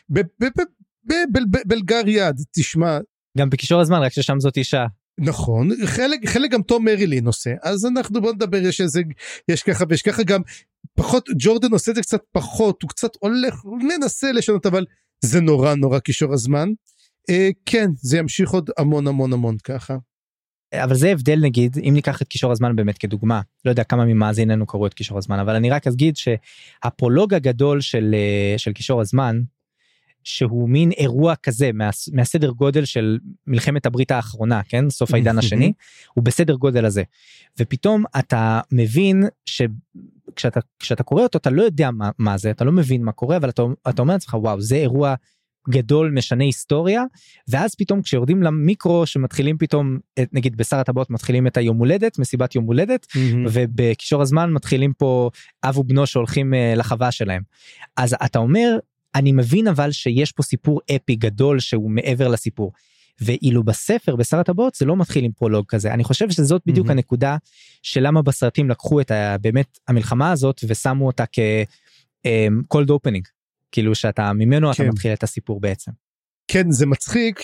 בלגר יד, תשמע. גם בקישור הזמן, רק ששם זאת אישה. נכון, חלק גם תום מרילין עושה, אז אנחנו בוא נדבר, יש ככה ויש ככה, גם פחות, ג'ורדן עושה את זה קצת פחות, הוא קצת הולך, מנסה לשנות, אבל זה נורא קישור הזמן, כן, זה ימשיך עוד המון ככה. אבל זה הבדל נגיד, אם ניקח את קישור הזמן באמת כדוגמה, לא יודע כמה ממאזיננו קראו את קישור הזמן, אבל אני רק אגיד שהפרולוג הגדול של קישור הזמן, שהוא מין אירוע כזה, מהסדר גודל של מלחמת הברית האחרונה, כן? סוף העידן השני, הוא בסדר גודל הזה. ופתאום אתה מבין כשאתה קורא אותו, אתה לא יודע מה זה, אתה לא מבין מה קורה, אבל אתה אומר לעצמך, וואו, זה אירוע גדול משנה היסטוריה, ואז פתאום כשיורדים למיקרו, שמתחילים פתאום, נגיד בשר הטבעות מתחילים את היום הולדת, מסיבת יום הולדת, ובקישור הזמן מתחילים פה אב ובנו שהולכים לחווה שלהם. אז אתה אומר, אני מבין אבל שיש פה סיפור אפי גדול שהוא מעבר לסיפור, ואילו בספר, בשר הטבעות, זה לא מתחיל עם פרולוג כזה. אני חושב שזאת בדיוק הנקודה של למה בסרטים לקחו את באמת המלחמה הזאת ושמו אותה כ-cold opening. כאילו שאתה ממנו כן. אתה מתחיל את הסיפור בעצם. כן, זה מצחיק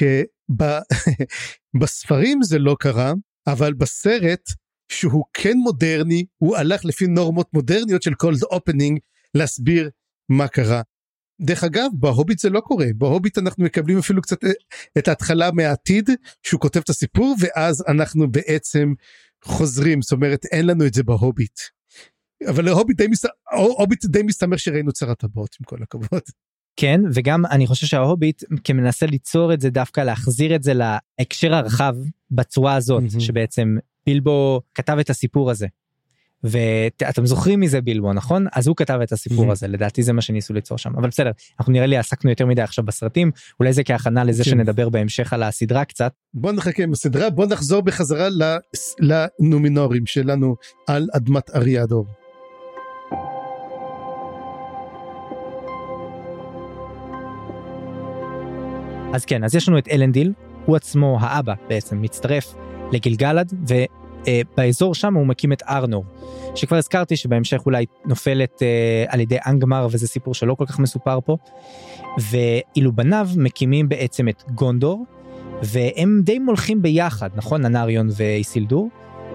שבספרים זה לא קרה, אבל בסרט שהוא כן מודרני, הוא הלך לפי נורמות מודרניות של cold opening להסביר מה קרה. דרך אגב, בהוביט זה לא קורה, בהוביט אנחנו מקבלים אפילו קצת את ההתחלה מהעתיד, שהוא כותב את הסיפור, ואז אנחנו בעצם חוזרים, זאת אומרת אין לנו את זה בהוביט. אבל ההוביט די מסתמך שראינו צרת הבאות, עם כל הכבוד. כן, וגם אני חושב שההוביט כמנסה ליצור את זה דווקא, להחזיר את זה להקשר הרחב בצורה הזאת, שבעצם בילבו כתב את הסיפור הזה. ואתם זוכרים מזה בילבו, נכון? אז הוא כתב את הסיפור הזה, לדעתי זה מה שניסו ליצור שם. אבל בסדר, אנחנו נראה לי עסקנו יותר מדי עכשיו בסרטים, אולי זה כהכנה לזה שנדבר בהמשך על הסדרה קצת. בוא נחכה עם הסדרה, בוא נחזור בחזרה לנומינורים שלנו על אדמת אריאדור. אז כן, אז יש לנו את אלנדיל, הוא עצמו האבא בעצם מצטרף לגלגלד, ובאזור שם הוא מקים את ארנור, שכבר הזכרתי שבהמשך אולי נופלת על ידי אנגמר, וזה סיפור שלא כל כך מסופר פה, ואילו בניו מקימים בעצם את גונדור, והם די מולכים ביחד, נכון? אנריון ואיסילדור,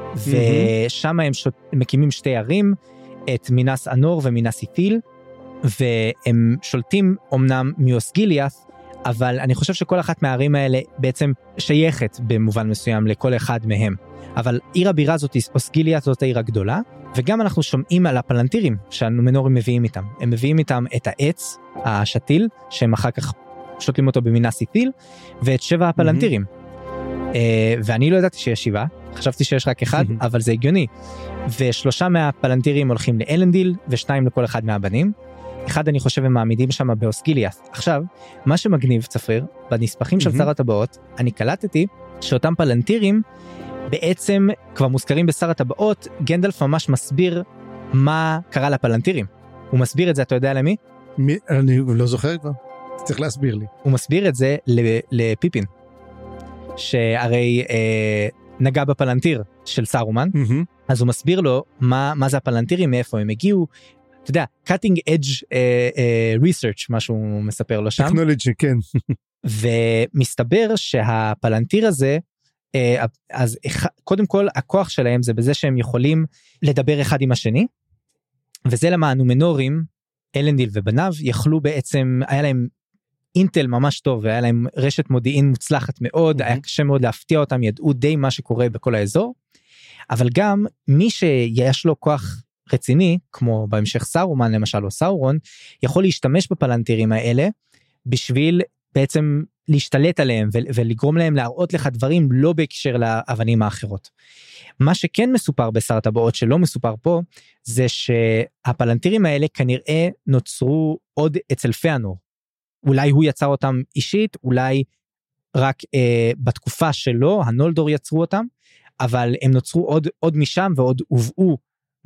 ושם הם מקימים שתי ערים, את מינס אנור ומינס איתיל, והם שולטים אמנם מיוסגיליאס, אבל אני חושב שכל אחת מהערים האלה בעצם שייכת במובן מסוים לכל אחד מהם. אבל עיר הבירה הזאת, אוסגיליאס, זאת העיר הגדולה, וגם אנחנו שומעים על הפלנטירים שהנומנורים מביאים איתם. הם מביאים איתם את העץ, השתיל, שהם אחר כך שותלים אותו במינס איתיל, ואת 7 הפלנטירים. ואני לא ידעתי שיש 7, חשבתי שיש רק 1, אבל זה הגיוני. ו3 מהפלנטירים הולכים לאלנדיל, ו2 לכל אחד מהבנים. אחד אני חושב הם מעמידים שם באוסגיליאס. עכשיו, מה שמגניב צפריר, בנספחים של שר הטבעות, אני קלטתי שאותם פלנטירים בעצם כבר מוזכרים בשר הטבעות, גנדלף ממש מסביר מה קרה לפלנטירים. הוא מסביר את זה, אתה יודע למי? אני לא זוכר כבר, צריך להסביר לי. הוא מסביר את זה לפיפין, שהרי נגע בפלנטיר של סארומן, אז הוא מסביר לו מה זה הפלנטירים, מאיפה הם הגיעו, אתה יודע, cutting edge research, מה שהוא מספר לו שם. טכנולוגי, כן. ומסתבר שהפלנטיר הזה, אז קודם כל הכוח שלהם זה בזה שהם יכולים לדבר אחד עם השני, וזה למה הנומנורים, אלנדיל ובניו, יכלו בעצם, היה להם אינטל ממש טוב, והיה להם רשת מודיעין מוצלחת מאוד, היה קשה מאוד להפתיע אותם, ידעו די מה שקורה בכל האזור, אבל גם מי שיש לו כוח רציני, כמו בהמשך סארומן למשל או סאורון, יכול להשתמש בפלנטירים האלה, בשביל בעצם להשתלט עליהם, ולגרום להם להראות לך דברים לא בהקשר לאבנים האחרות. מה שכן מסופר בשר הטבעות שלא מסופר פה, זה שהפלנטירים האלה כנראה נוצרו עוד אצל פיאנור. אולי הוא יצר אותם אישית, אולי רק בתקופה שלו, הנולדור יצרו אותם, אבל הם נוצרו עוד משם, ועוד הובאו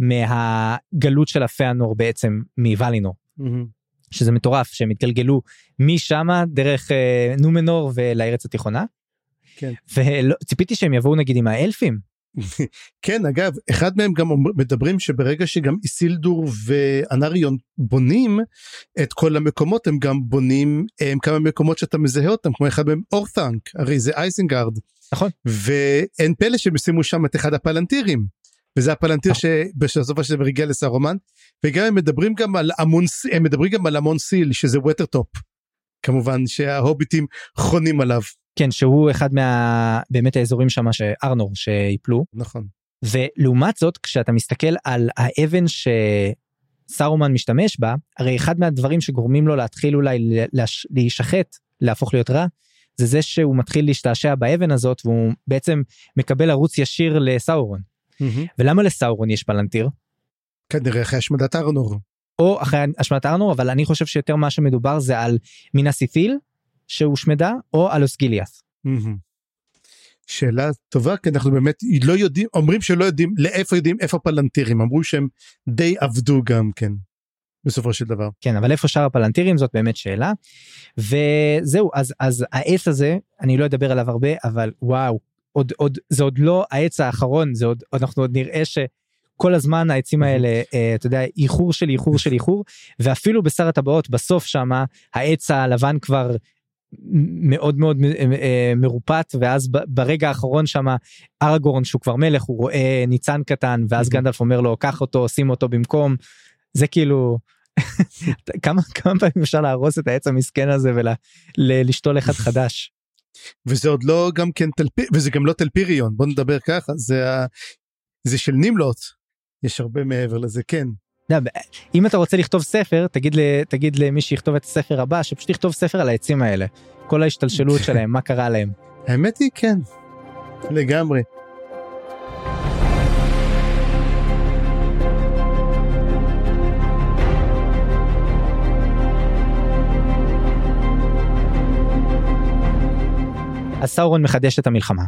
מהגלות של הפיאנור בעצם מוולינור. שזה מטורף, שהם התגלגלו משם דרך נומנור ולארץ התיכונה. כן. וציפיתי שהם יבואו נגיד עם האלפים. כן, אגב, אחד מהם גם מדברים שברגע שגם איסילדור ואנריון בונים את כל המקומות, הם גם בונים כמה מקומות שאתה מזהה אותם, כמו אחד מהם אורת'אנק, הרי זה אייזנגרד. נכון. ואין פלא שהם שימו שם את אחד הפלנטירים, וזה הפלנטיר שבסופו של דבר הגיע לסארומן, וגם הם מדברים גם על המון סיל, שזה ווטרטופ, כמובן שההוביטים חונים עליו. כן, שהוא אחד באמת האזורים שם שארנור שיפלו. נכון. ולעומת זאת, כשאתה מסתכל על האבן שסארומן משתמש בה, הרי אחד מהדברים שגורמים לו להתחיל אולי להישחט, להפוך להיות רע, זה שהוא מתחיל להשתעשע באבן הזאת, והוא בעצם מקבל ערוץ ישיר לסאורון. ולמה לסאורון יש פלנטיר? כנראה אחרי השמדת ארנור. או אחרי השמדת ארנור, אבל אני חושב שיותר מה שמדובר זה על מינס איתיל, שהושמדה, או על אוסגיליאס. שאלה טובה, כי אנחנו באמת לא יודעים, אומרים שלא יודעים איפה פלנטירים, אמרו שהם די עבדו גם כן, בסופו של דבר. כן, אבל איפה שאר הפלנטירים, זאת באמת שאלה, וזהו, אז העץ הזה, אני לא אדבר עליו הרבה, אבל וואו, זה עוד לא העץ האחרון, אנחנו עוד נראה כל הזמן העצים האלה, אתה יודע, איחור של איחור של איחור, ואפילו בשר הטבעות, בסוף שמה, העץ הלבן כבר מאוד מאוד מרופט, ואז ברגע האחרון שמה, ארגורן שהוא כבר מלך, הוא רואה ניצן קטן, ואז גנדלף אומר לו, קח אותו, שים אותו במקום, זה כאילו, כמה פעמים אפשר להרוס את העץ המסכן הזה, ולשתול אחד חדש. וזה עוד לא גם כן וזה גם לא טלפיריון, בוא נדבר ככה, זה של נימלוט, יש הרבה מעבר לזה, כן. אם אתה רוצה לכתוב ספר, תגיד למי שיכתוב את הספר הבא, שפשוט יכתוב ספר על העצים האלה, כל ההשתלשלות שלהם, מה קרה להם. האמת היא כן, לגמרי. אז סאורון מחדש את המלחמה.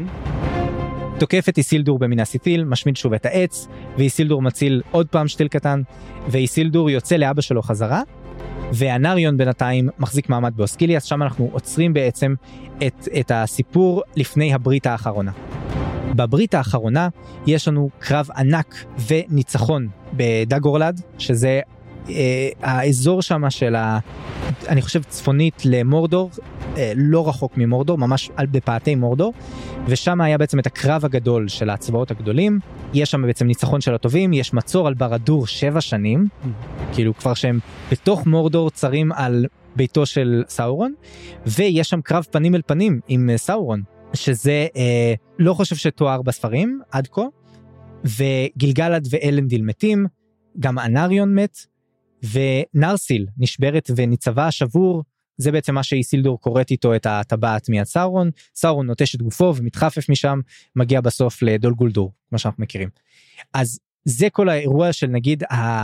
תוקף את איסילדור במינס אית'יל, משמיד שוב את העץ, ואיסילדור מציל עוד פעם שתיל קטן, ואיסילדור יוצא לאבא שלו חזרה, ואנריון בינתיים מחזיק מעמד באוסקיליאס, שם אנחנו עוצרים בעצם את הסיפור לפני הברית האחרונה. בברית האחרונה יש לנו קרב ענק וניצחון בדאגורלד, שזה האזור שם של אני חושב צפונית למורדור, לא רחוק ממורדור, ממש בפאתי מורדור, ושם היה בעצם את הקרב הגדול של הצבאות הגדולים, יש שם בעצם ניצחון של הטובים, יש מצור על ברדור 7 שנים, כאילו כבר שהם בתוך מורדור צרים על ביתו של סאורון, ויש שם קרב פנים אל פנים עם סאורון, שזה לא חושב שתואר בספרים עד כה, וגילגלד ואלנדיל מתים, גם אנריון מת, ונרסיל נשברת וניצבה שבור, זה בעצם מה שאיסילדור קוראת איתו את הטבעת מיד סאורון, סאורון נוטש את גופו ומתחפף משם, מגיע בסוף לדול גולדור, כמו שאנחנו מכירים. אז זה כל האירוע של נגיד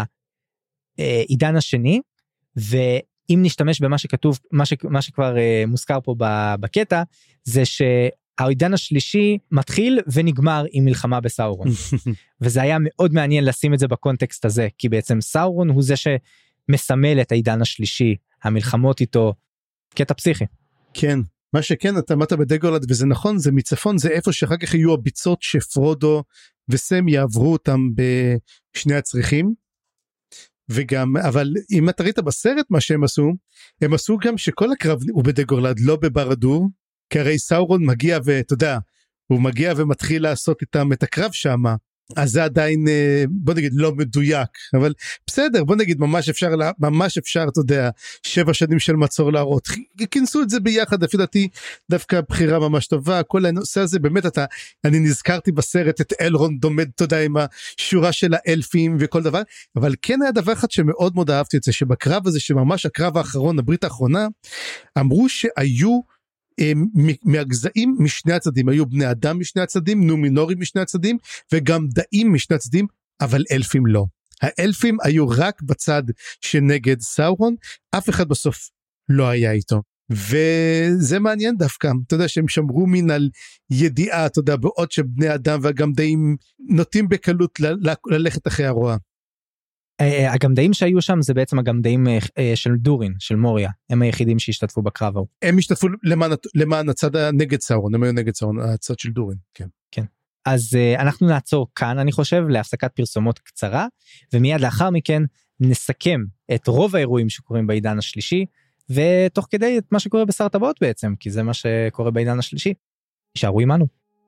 העידן השני, ואם נשתמש במה שכתוב, מה שכבר מוזכר פה בקטע, זה שהעידן השלישי מתחיל ונגמר עם מלחמה בסאורון. וזה היה מאוד מעניין לשים את זה בקונטקסט הזה, כי בעצם סאורון הוא זה שמסמל את העידן השלישי, המלחמות איתו, קטע פסיכי. כן, מה שכן, אתה אמרת בדאגורלד, וזה נכון, זה מצפון, זה איפה שאחר כך יהיו הביצות שפרודו וסם יעברו אותם בשני הצריכים, וגם, אבל אם אתה ראית בסרט מה שהם עשו, הם עשו גם שכל הקרב הוא בדאגורלד, לא בברדור, כי הרי סאורון מגיע ואתה יודע, הוא מגיע ומתחיל לעשות איתם את הקרב שם, אז זה עדיין, בוא נגיד, לא מדויק, אבל בסדר, בוא נגיד, ממש אפשר, אתה יודע, 7 שנים של מצור להראות, כינסו את זה ביחד, לפי דעתי, דווקא בחירה ממש טובה, כל הנושא הזה, באמת אני נזכרתי בסרט, את אלרונד עומד, אתה יודע, עם השורה של האלפים וכל דבר, אבל כן היה דבר אחד שמאוד מאוד אהבתי את זה, שבקרב הזה, שממש הקרב האחרון, הברית האחרונה, אמרו שהיו, מהגזעים משני הצדדים, היו בני אדם משני הצדדים, נומינורים משני הצדדים, וגם דאים משני הצדדים, אבל אלפים לא. האלפים היו רק בצד שנגד סאורון, אף אחד בסוף לא היה איתו. וזה מעניין דווקא, אתה יודע שהם שמרו מן על ידיעה, אתה יודע, בעוד שבני אדם וגם דאים נוטים בקלות ללכת אחרי הרוע. הגמדאים שהיו שם זה בעצם הגמדאים של דורין, של מוריה, הם היחידים שהשתתפו בקרב ההוא. הם השתתפו למען הצד נגד סאורון, הם היו נגד סאורון, הצד של דורין, כן. כן. אז אנחנו נעצור כאן, אני חושב, להפסקת פרסומות קצרה, ומיד לאחר מכן נסכם את רוב האירועים שקורים בעידן השלישי, ותוך כדי את מה שקורה בשר טבעות בעצם, כי זה מה שקורה בעידן השלישי. יישארו עמנו.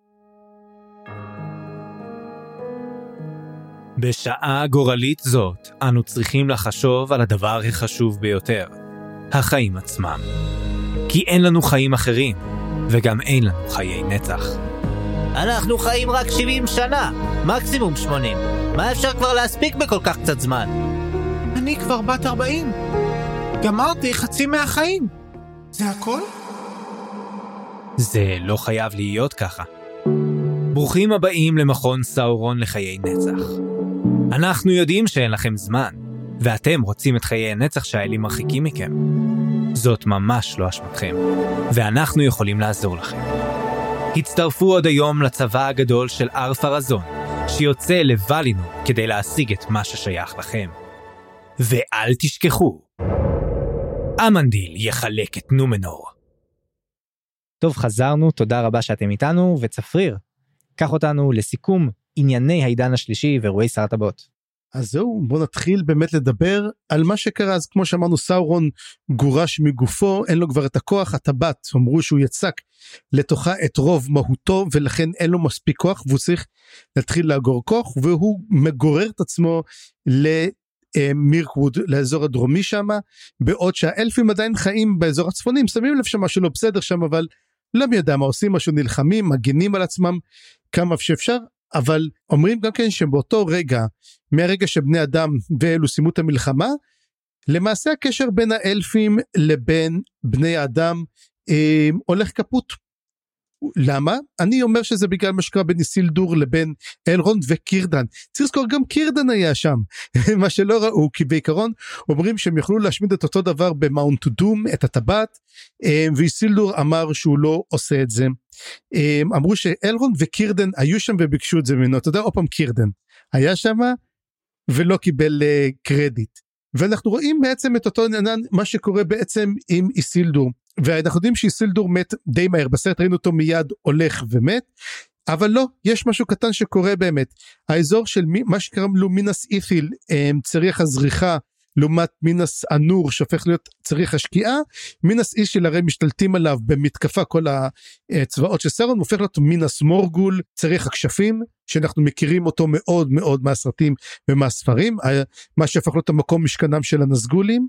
בשעה גורלית זאת, אנו צריכים לחשוב על הדבר החשוב ביותר, החיים עצמם. כי אין לנו חיים אחרים, וגם אין לנו חיי נצח. אנחנו חיים רק 70 שנה, מקסימום 80. מה אפשר כבר להספיק בכל כך קצת זמן? אני כבר בת 40. גמרתי חצי מהחיים. זה הכל? זה לא חייב להיות ככה. ברוכים הבאים למכון סאורון לחיי נצח. אנחנו יודעים שאין לכם זמן, ואתם רוצים את חיי הנצח שהאלים מרחיקים מכם. זאת ממש לא אשמתכם, ואנחנו יכולים לעזור לכם. הצטרפו עוד היום לצבא הגדול של ארפרזון, שיוצא לוואלינור כדי להשיג את מה ששייך לכם. ואל תשכחו, אמנדיל יחלק את נומנור. טוב, חזרנו, תודה רבה שאתם איתנו, וצפריר, קח אותנו לסיכום ענייני העידן השלישי ואירועי שר הטבעות. אז זהו, בוא נתחיל באמת לדבר על מה שקרה. אז כמו שאמרנו, סאורון גורש מגופו, אין לו כבר את הכוח, הטבעת, אמרו שהוא יצק לתוכה את רוב מהותו, ולכן אין לו מספיק כוח, והוא צריך להתחיל לאגור כוח, והוא מגורר את עצמו למירקווד, לאזור הדרומי שם, בעוד שהאלפים עדיין חיים באזור הצפונים, שמים לב שמשהו לא בסדר שם, אבל לא מי יודע מה עושים, משהו נלחמים, מגנים על עצמם כמה שאפשר, אבל אומרים גם כן שבאותו רגע, מהרגע שבני אדם ואלו סיימו את המלחמה, למעשה הקשר בין האלפים לבין בני האדם הולך כפות. למה? אני אומר שזה בגלל מה שקרה בין איסילדור לבין אלרונד וקירדן. צריך לזכור, גם קירדן היה שם, מה שלא ראו, כי בעיקרון אומרים שהם יכלו להשמיד את אותו דבר במאונט דום, את הטבעת, ואיסילדור אמר שהוא לא עושה את זה. אמרו שאלרונד וקירדן היו שם וביקשו את זה ממנו. אתה יודע, עוד פעם קירדן היה שם ולא קיבל קרדיט. ואנחנו רואים בעצם את אותו עניין, מה שקורה בעצם עם איסילדור. ואנחנו יודעים שאיסילדור מת די מהר, בסרט ראינו אותו מיד הולך ומת, אבל לא, יש משהו קטן שקורה באמת. האזור של מה שקראים לו מינס אית'יל, צריך הזריחה, לעומת מינס אנור שהופך להיות צריך השקיעה, מינס אית'יל הרי משתלטים עליו במתקפה כל הצבאות של סאורון, הופך להיות מינס מורגול, צריך הכשפים, שאנחנו מכירים אותו מאוד מאוד מהסרטים ומהספרים, מה שהפך להיות המקום משכנם של הנסגולים,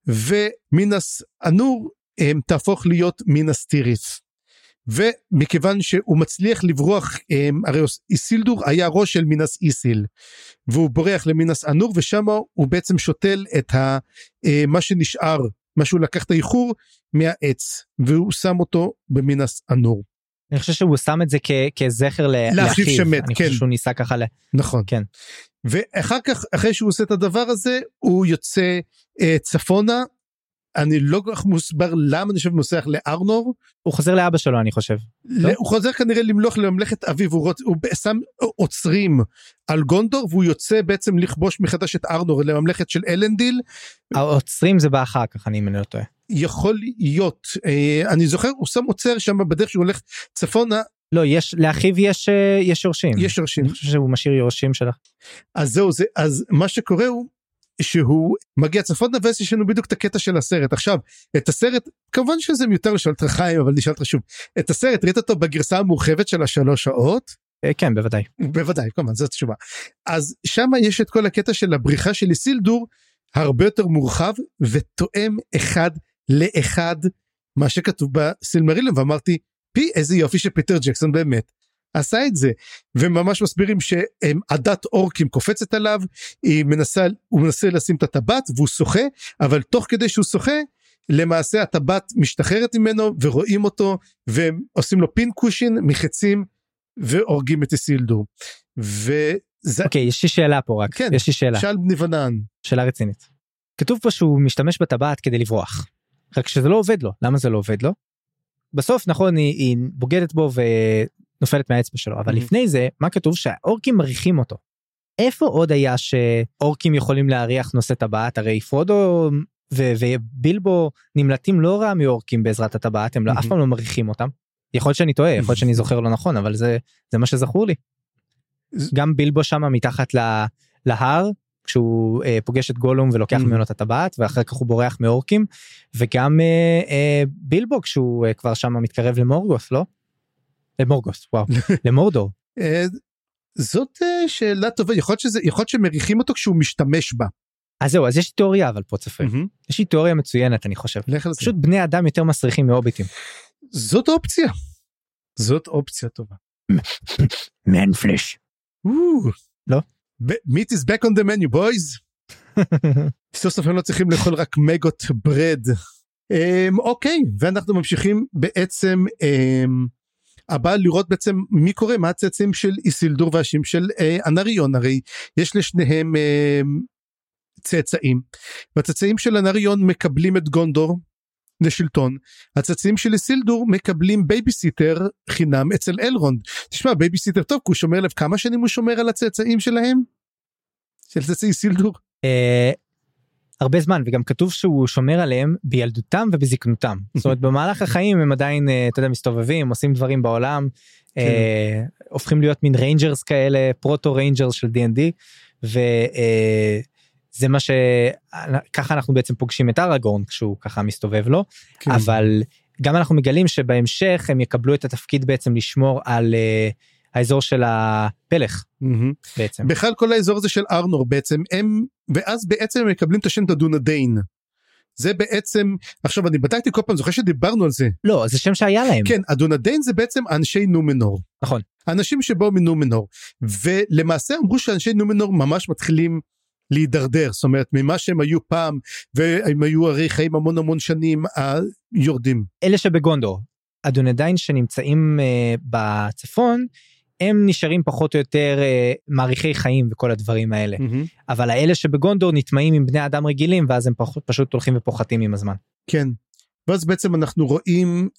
ומינס אנור תהפוך להיות מינס טיריס. ומכיוון שהוא מצליח לברוח, הרי איסילדור היה ראש של מינס איסיל, והוא בורח למינס אנור, ושם הוא בעצם שותל את מה שנשאר, מה שהוא לקח את האיחור מהעץ, והוא שם אותו במינס אנור. אני חושב שהוא שם את זה כזכר לאחיו שמת, אני כן. חושב שהוא ניסה ככה נכון. כן. ואחר כך, אחרי שהוא עושה את הדבר הזה, הוא יוצא צפונה, אני לא כל כך מוסבר למה אני חושב מוסך לארנור. הוא חוזר לאבא שלו אני חושב. הוא חוזר כנראה למלוך לממלכת אביו, הוא שם עוצרים על גונדור, והוא יוצא בעצם לכבוש מחדש את ארנור לממלכת של אלנדיל. העוצרים זה בא אחר כך, אני מנה לא טועה. יכול להיות, אני זוכר, הוא שם עוצר שם בדרך שהוא הולך צפונה. לא, לאחיו יש יורשים. יש יורשים. אני חושב שהוא משאיר יורשים שלך. אז זהו, אז מה שקורה הוא, שהוא מגיע צפונה, ואז יש לנו בדיוק את הקטע של הסרט. עכשיו, את הסרט, כמובן שזה מיותר לשאול את חיים, אבל נשאל אותך שוב, את הסרט, ראית אותו בגרסה המורחבת של 3 שעות? כן, בוודאי. בוודאי, כמובן, זאת תשובה. אז שם יש את כל הקטע של הבריחה של איסילדור, הרבה יותר מורחב, ותואם אחד לאחד, מה שכתוב בסילמרילם, ואמרתי, פי איזה יופי שפיטר ג'קסון באמת עשה את זה, וממש מסבירים שעדת אורקים קופצת עליו, הוא מנסה לשים את הטבעת, והוא שוחה, אבל תוך כדי שהוא שוחה, למעשה הטבעת משתחררת ממנו, ורואים אותו, ועושים לו פין קושין, מחצים, והורגים את איסילדור. אוקיי, יש לי שאלה פה רק, כן, יש לי שאלה. שאל בנבנן. שאלה רצינית. כתוב פה שהוא משתמש בטבעת כדי לברוח, רק שזה לא עובד לו. למה זה לא עובד לו? בסוף נכון, היא בוגדת בו ונופלת מהאצבע שלו, אבל לפני זה, מה כתוב? שהאורקים מריחים אותו. איפה עוד היה שאורקים יכולים להריח נושא טבעת? הרי פרודו ובילבו נמלטים לא רע מאורקים בעזרת הטבעת, הם אף פעם לא מריחים אותם. יכול להיות שאני טועה, יכול להיות שאני זוכר לא נכון, אבל זה מה שזכור לי. גם בילבו שם מתחת להר, כשהוא פוגש את גולום ולוקח ממנו את הטבעת, ואחר כך הוא בורח מאורקים, וגם בילבו כשהוא כבר שם מתקרב למורגוס, לא? למורגוס, וואו, למורדור. זאת שאלה טובה, יכול להיות שמריחים אותו כשהוא משתמש בה. אז זהו, אז יש לי תיאוריה, אבל פה צפר. יש לי תיאוריה מצוינת, אני חושב. פשוט בני אדם יותר מסריחים מהוביטים. זאת אופציה. זאת אופציה טובה. Man flesh. לא? meat is back on the menu, boys. סוף סוף הם לא צריכים לאכול רק מגות ברד. אוקיי, ואנחנו ממשיכים בעצם, הבא לראות בעצם מי קורה, מה הצאצאים של איסילדור והאשים של אנריון, הרי יש לשניהם צאצאים, והצאצאים של אנריון מקבלים את גונדור לשלטון, הצאצאים של איסילדור מקבלים בייביסיטר חינם אצל אלרונד. תשמע, בייביסיטר טוב, כי הוא שומר לב כמה שנים הוא שומר על הצאצאים שלהם? של צאצאי איסילדור? הרבה זמן, וגם כתוב שהוא שומר עליהם בילדותם ובזקנותם. זאת אומרת, במהלך החיים הם עדיין, אתה יודע, מסתובבים, עושים דברים בעולם, הופכים להיות מין ריינג'רס כאלה, פרוטו ריינג'רס של D&D, וזה מה ככה אנחנו בעצם פוגשים את אראגורן, כשהוא ככה מסתובב לו, אבל גם אנחנו מגלים שבהמשך הם יקבלו את התפקיד בעצם לשמור על האזור של הפלך, בעצם. בכלל כל האזור הזה של ארנור בעצם, ואז בעצם הם מקבלים את השם דונדיין. זה בעצם, עכשיו אני בדקתי כל פעם, זוכר שדיברנו על זה. לא, זה שם שהיה להם. כן, הדונדיין זה בעצם אנשי נומנור. נכון. אנשים שבאו מנומנור, ולמעשה אמרו שאנשי נומנור ממש מתחילים להידרדר, זאת אומרת, ממה שהם היו פעם, והם היו הרי חיים המון שנים, יורדים. אלה שבגונדור, הדונדיין שנמצאים בצפון, הם נשארים פחות או יותר מעריכי חיים וכל הדברים האלה. אבל האלה שבגונדור נטמעים עם בני אדם רגילים, ואז הם פשוט הולכים ופוחתים עם הזמן. כן, ואז בעצם אנחנו רואים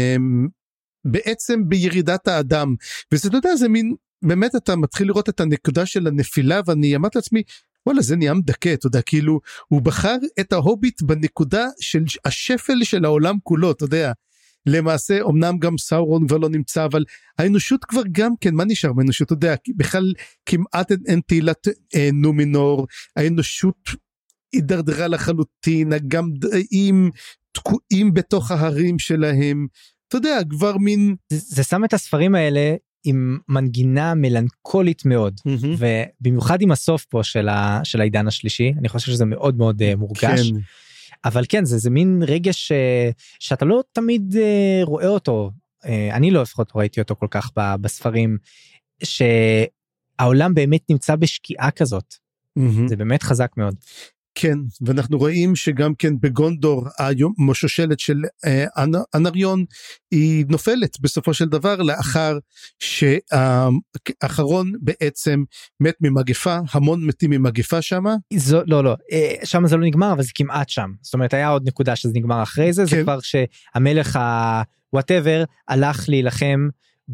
בעצם בירידת האדם, וזה אתה יודע, זה מין, באמת אתה מתחיל לראות את הנקודה של הנפילה, ואני אמרתי לעצמי, וואלה זה נהיה מדכא, אתה יודע, כאילו, הוא בחר את ההוביט בנקודה של השפל של העולם כולו, אתה יודע, למעשה, אמנם גם סאורון כבר לא נמצא, אבל האנושות כבר גם כן, מה נשאר באנושות? אתה יודע, בכלל כמעט אין תהילת נומנור, האנושות הידרדרה לחלוטין, גם דעים תקועים בתוך ההרים שלהם, אתה יודע, כבר מין... זה שם את הספרים האלה עם מנגינה מלנכולית מאוד, ובמיוחד עם הסוף פה של העידן השלישי, אני חושב שזה מאוד מאוד מורגש. כן. אבל כן, זה מין רגש שאתה לא תמיד רואה אותו, אני לא לפחות ראיתי אותו כל כך בספרים, שהעולם באמת נמצא בשקיעה כזאת, זה באמת חזק מאוד. כן, ואנחנו רואים שגם כן בגונדור, המשושלת של אנריון, היא נופלת בסופו של דבר, לאחר שהאחרון בעצם מת ממגפה, המון מתים ממגפה שמה. לא, שם זה לא נגמר, אבל זה כמעט שם. זאת אומרת, היה עוד נקודה שזה נגמר אחרי זה, זה כבר שהמלך ה-whatever הלך להילחם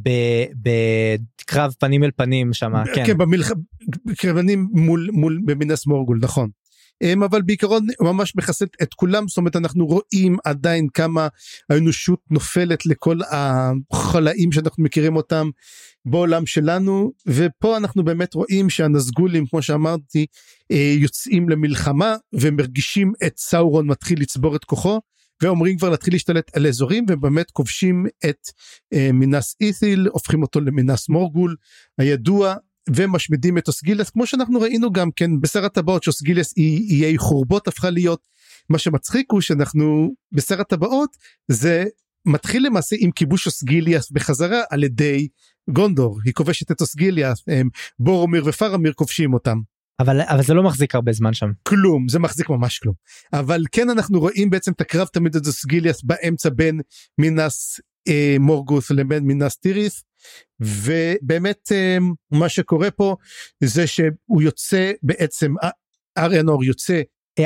בקרב פנים אל פנים שם. כן, בקרבנים מול במינס מורגול, נכון. אבל בעיקרון ממש מחסת את כולם, זאת אומרת אנחנו רואים עדיין כמה האנושות נופלת לכל החלאים שאנחנו מכירים אותם בעולם שלנו, ופה אנחנו באמת רואים שהנזגולים כמו שאמרתי יוצאים למלחמה ומרגישים את סאורון מתחיל לצבור את כוחו, ואומרים כבר להתחיל להשתלט על אזורים, ובאמת כובשים את מינס אית'יל, הופכים אותו למינס מורגול הידוע, ומשמידים את אוסגילס, כמו שאנחנו ראינו גם כן בשר הטבעות, שאוסגילס איי חורבות הפכה להיות, מה שמצחיק הוא שאנחנו בשר הטבעות, זה מתחיל למעשה עם כיבוש אוסגיליאס בחזרה על ידי גונדור, היא כובשת את אוסגיליאס, בורומיר ופרמיר כובשים אותם. אבל זה לא מחזיק הרבה זמן שם. כלום, זה מחזיק ממש כלום. אבל כן אנחנו רואים בעצם את הקרב תמיד את אוסגיליאס באמצע בין מינס מורגוס לבין מינס טיריס, ובאמת מה שקורה פה זה שהוא יוצא בעצם ארנור יוצא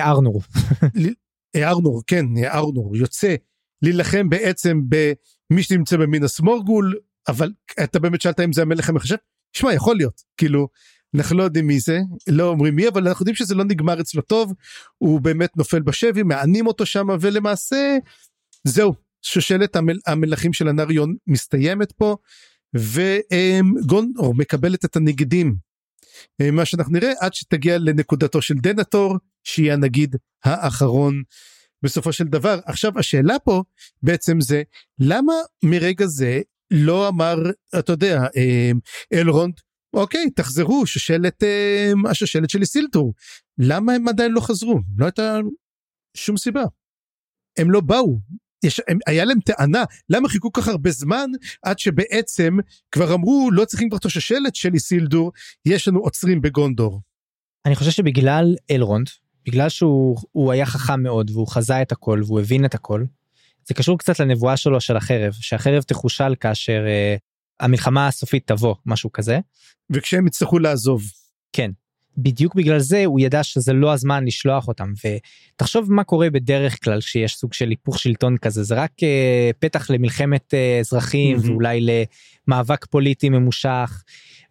ארנור כן ארנור יוצא להילחם בעצם במי שנמצא במינס מורגול, אבל אתה באמת שאלת אם זה המלך המחשב, שמע יכול להיות כאילו אנחנו לא יודעים מי זה, לא אומרים מי, אבל אנחנו יודעים שזה לא נגמר אצלו טוב, הוא באמת נופל בשבי, מענים אותו שם, ולמעשה זהו, שושלת המלכים של אנריון מסתיימת פה, וגונדור מקבלת את הנגדים, מה שאנחנו נראה עד שתגיע לנקודתו של דנטור, שהיא הנגיד האחרון בסופו של דבר. עכשיו השאלה פה בעצם זה, למה מרגע זה לא אמר, אתה יודע, אלרונד, אוקיי, תחזרו, השושלת של איסילדור, למה הם עדיין לא חזרו? לא הייתה שום סיבה. הם לא באו, היה להם טענה, למה חיכו כך הרבה זמן, עד שבעצם כבר אמרו, לא צריכים כבר את השושלת של איסילדור, יש לנו עוצרים בגונדור. אני חושב שבגלל אלרונד, בגלל שהוא היה חכם מאוד, והוא חזה את הכל, והוא הבין את הכל, זה קשור קצת לנבואה שלו של החרב, שהחרב תחושל כאשר המלחמה הסופית תבוא, משהו כזה. וכשהם יצטרכו לעזוב. כן, בדיוק בגלל זה הוא ידע שזה לא הזמן לשלוח אותם, ותחשוב מה קורה בדרך כלל כשיש סוג של היפוך שלטון כזה, זה רק פתח למלחמת אזרחים, ואולי למאבק פוליטי ממושך,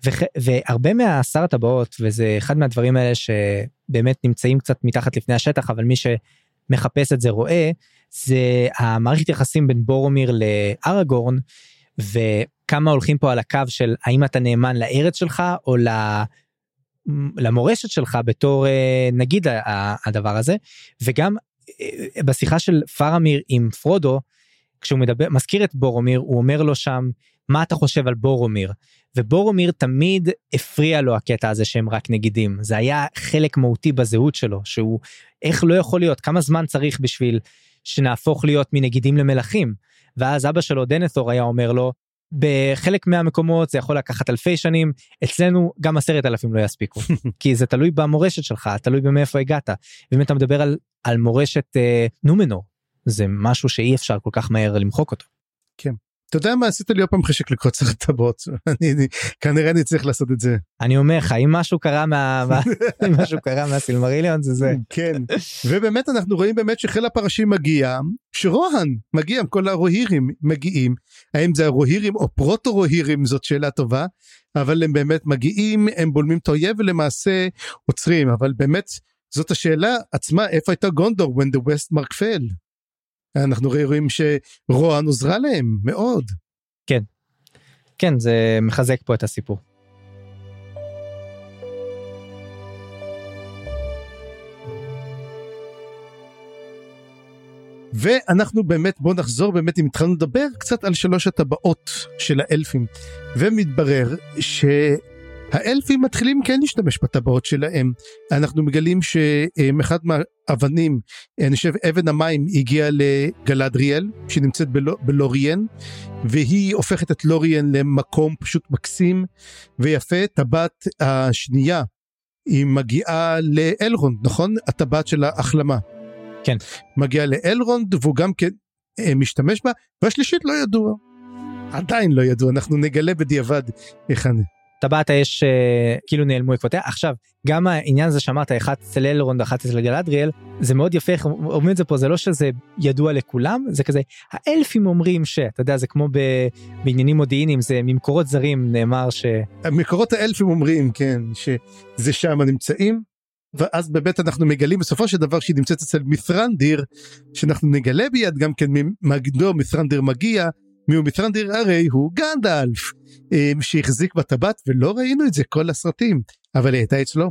והרבה מהשר הטבעות, וזה אחד מהדברים האלה שבאמת נמצאים קצת מתחת לפני השטח, אבל מי שמחפש את זה רואה, זה המערכת יחסים בין בורומיר לארגורן, וכמה הולכים פה על הקו של האם אתה נאמן לארץ שלך, או למורשת שלך בתור נגיד הדבר הזה, וגם בשיחה של פרמיר עם פרודו, כשהוא מזכיר את בורומיר, הוא אומר לו שם, מה אתה חושב על בורומיר? ובורומיר תמיד הפריע לו הקטע הזה שהם רק נגידים, זה היה חלק מהותי בזהות שלו, שהוא איך לא יכול להיות, כמה זמן צריך בשביל שנהפוך להיות מנגידים למלכים, ואז אבא שלו דנת'ור היה אומר לו, בחלק מהמקומות זה יכול לקחת אלפי שנים, אצלנו גם 10,000 לא יספיקו, כי זה תלוי במורשת שלך, תלוי במאיפה הגעת, ואם אתה מדבר על מורשת נומנור, זה משהו שאי אפשר כל כך מהר למחוק אותו. כן. אתה יודע מה, עשית לי עוד פעם חשק לקרוא שר הטבעות, כנראה אני צריך לעשות את זה. אני אומר לך, אם משהו קרה מהסילמריליון, זה זה. כן, ובאמת אנחנו רואים באמת שחיל הפרשים מגיע, שרוהן מגיע, כל הרוהירים מגיעים, האם זה הרוהירים או פרוטו-רוהירים, זאת שאלה טובה, אבל הם באמת מגיעים, הם בולמים את האויב ולמעשה עוצרים, אבל באמת זאת השאלה עצמה, איפה הייתה גונדור when the West Mark fell? אנחנו רואים שרוהן עוזרה להם מאוד. כן, כן, זה מחזק פה את הסיפור. ואנחנו באמת, בוא נחזור באמת, אם התחלנו לדבר קצת על 3 הטבעות של האלפים, ומתברר שהאלפים מתחילים כן להשתמש בטבעות שלהם. אנחנו מגלים שאחד מהאבנים, אני חושב אבן המים, הגיעה לגלדריאל, שנמצאת בלוריאן, והיא הופכת את לוריאן למקום פשוט מקסים ויפה. טבעת השנייה היא מגיעה לאלרונד, נכון? הטבעת של ההחלמה. כן. מגיעה לאלרונד, והוא גם כן משתמש בה, והשלישית לא ידוע. עדיין לא ידוע, אנחנו נגלה בדיעבד איך אני. טבעת האש כאילו נעלמו עקבותיה. עכשיו, גם העניין הזה שאמרת, אחת אצל אלרונד, אחת אצל גלדריאל, זה מאוד יפה, אומרים את זה פה, זה לא שזה ידוע לכולם, זה כזה, האלפים אומרים אתה יודע, זה כמו בעניינים מודיעיניים, זה ממקורות זרים נאמר מקורות האלפים אומרים, כן, שזה שם נמצאים, ואז באמת אנחנו מגלים בסופו של דבר שהיא נמצאת אצל מת'רנדיר, שאנחנו נגלה ביד גם כן מגדו מת'רנדיר מגיע, מת'רנדיר הרי הוא גנדלף, שהחזיק בטבעת, ולא ראינו את זה כל הסרטים, אבל היא הייתה אצלו.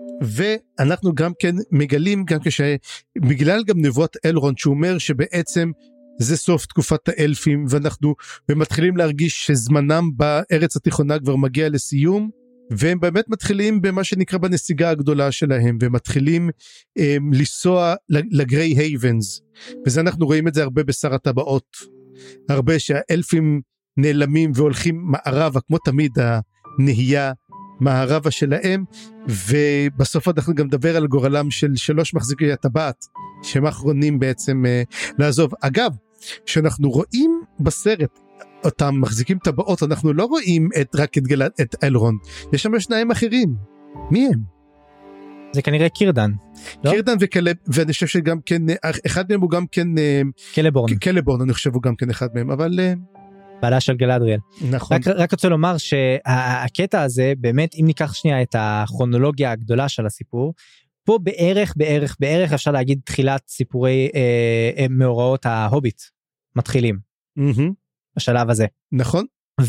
ואנחנו גם כן מגלים, גם בגלל גם נבואת אלרונד, שהוא אומר שבעצם זה סוף תקופת האלפים, ואנחנו מתחילים להרגיש שזמנם בארץ התיכונה כבר מגיע לסיום, והם באמת מתחילים במה שנקרא בנסיגה הגדולה שלהם, ומתחילים לנסוע לגריי הייבנס, וזה אנחנו רואים את זה הרבה בשר הטבעות, הרבה שהאלפים נעלמים והולכים מערבה, כמו תמיד הנהייה מערבה שלהם, ובסוף אנחנו גם נדבר על גורלם של 3 מחזיקי הטבעת, שהם האחרונים בעצם לעזוב. אגב, שאנחנו רואים בסרט, אותם מחזיקים טבעות, אנחנו לא רואים רק את אלרונד, יש שם 2 אחרים, מי הם? זה כנראה קירדן. קירדן וכלב, ואני חושב שגם כן, אחד מהם הוא גם כן, קלבורן, אני חושב הוא גם כן אחד מהם, אבל בעלה של גלדריאל. נכון. רק רוצה לומר שהקטע הזה, באמת, אם ניקח שנייה את הכרונולוגיה הגדולה של הסיפור, פה בערך אפשר להגיד תחילת סיפורי מאורעות ההוביט, מתחילים. בשלב הזה. נכון.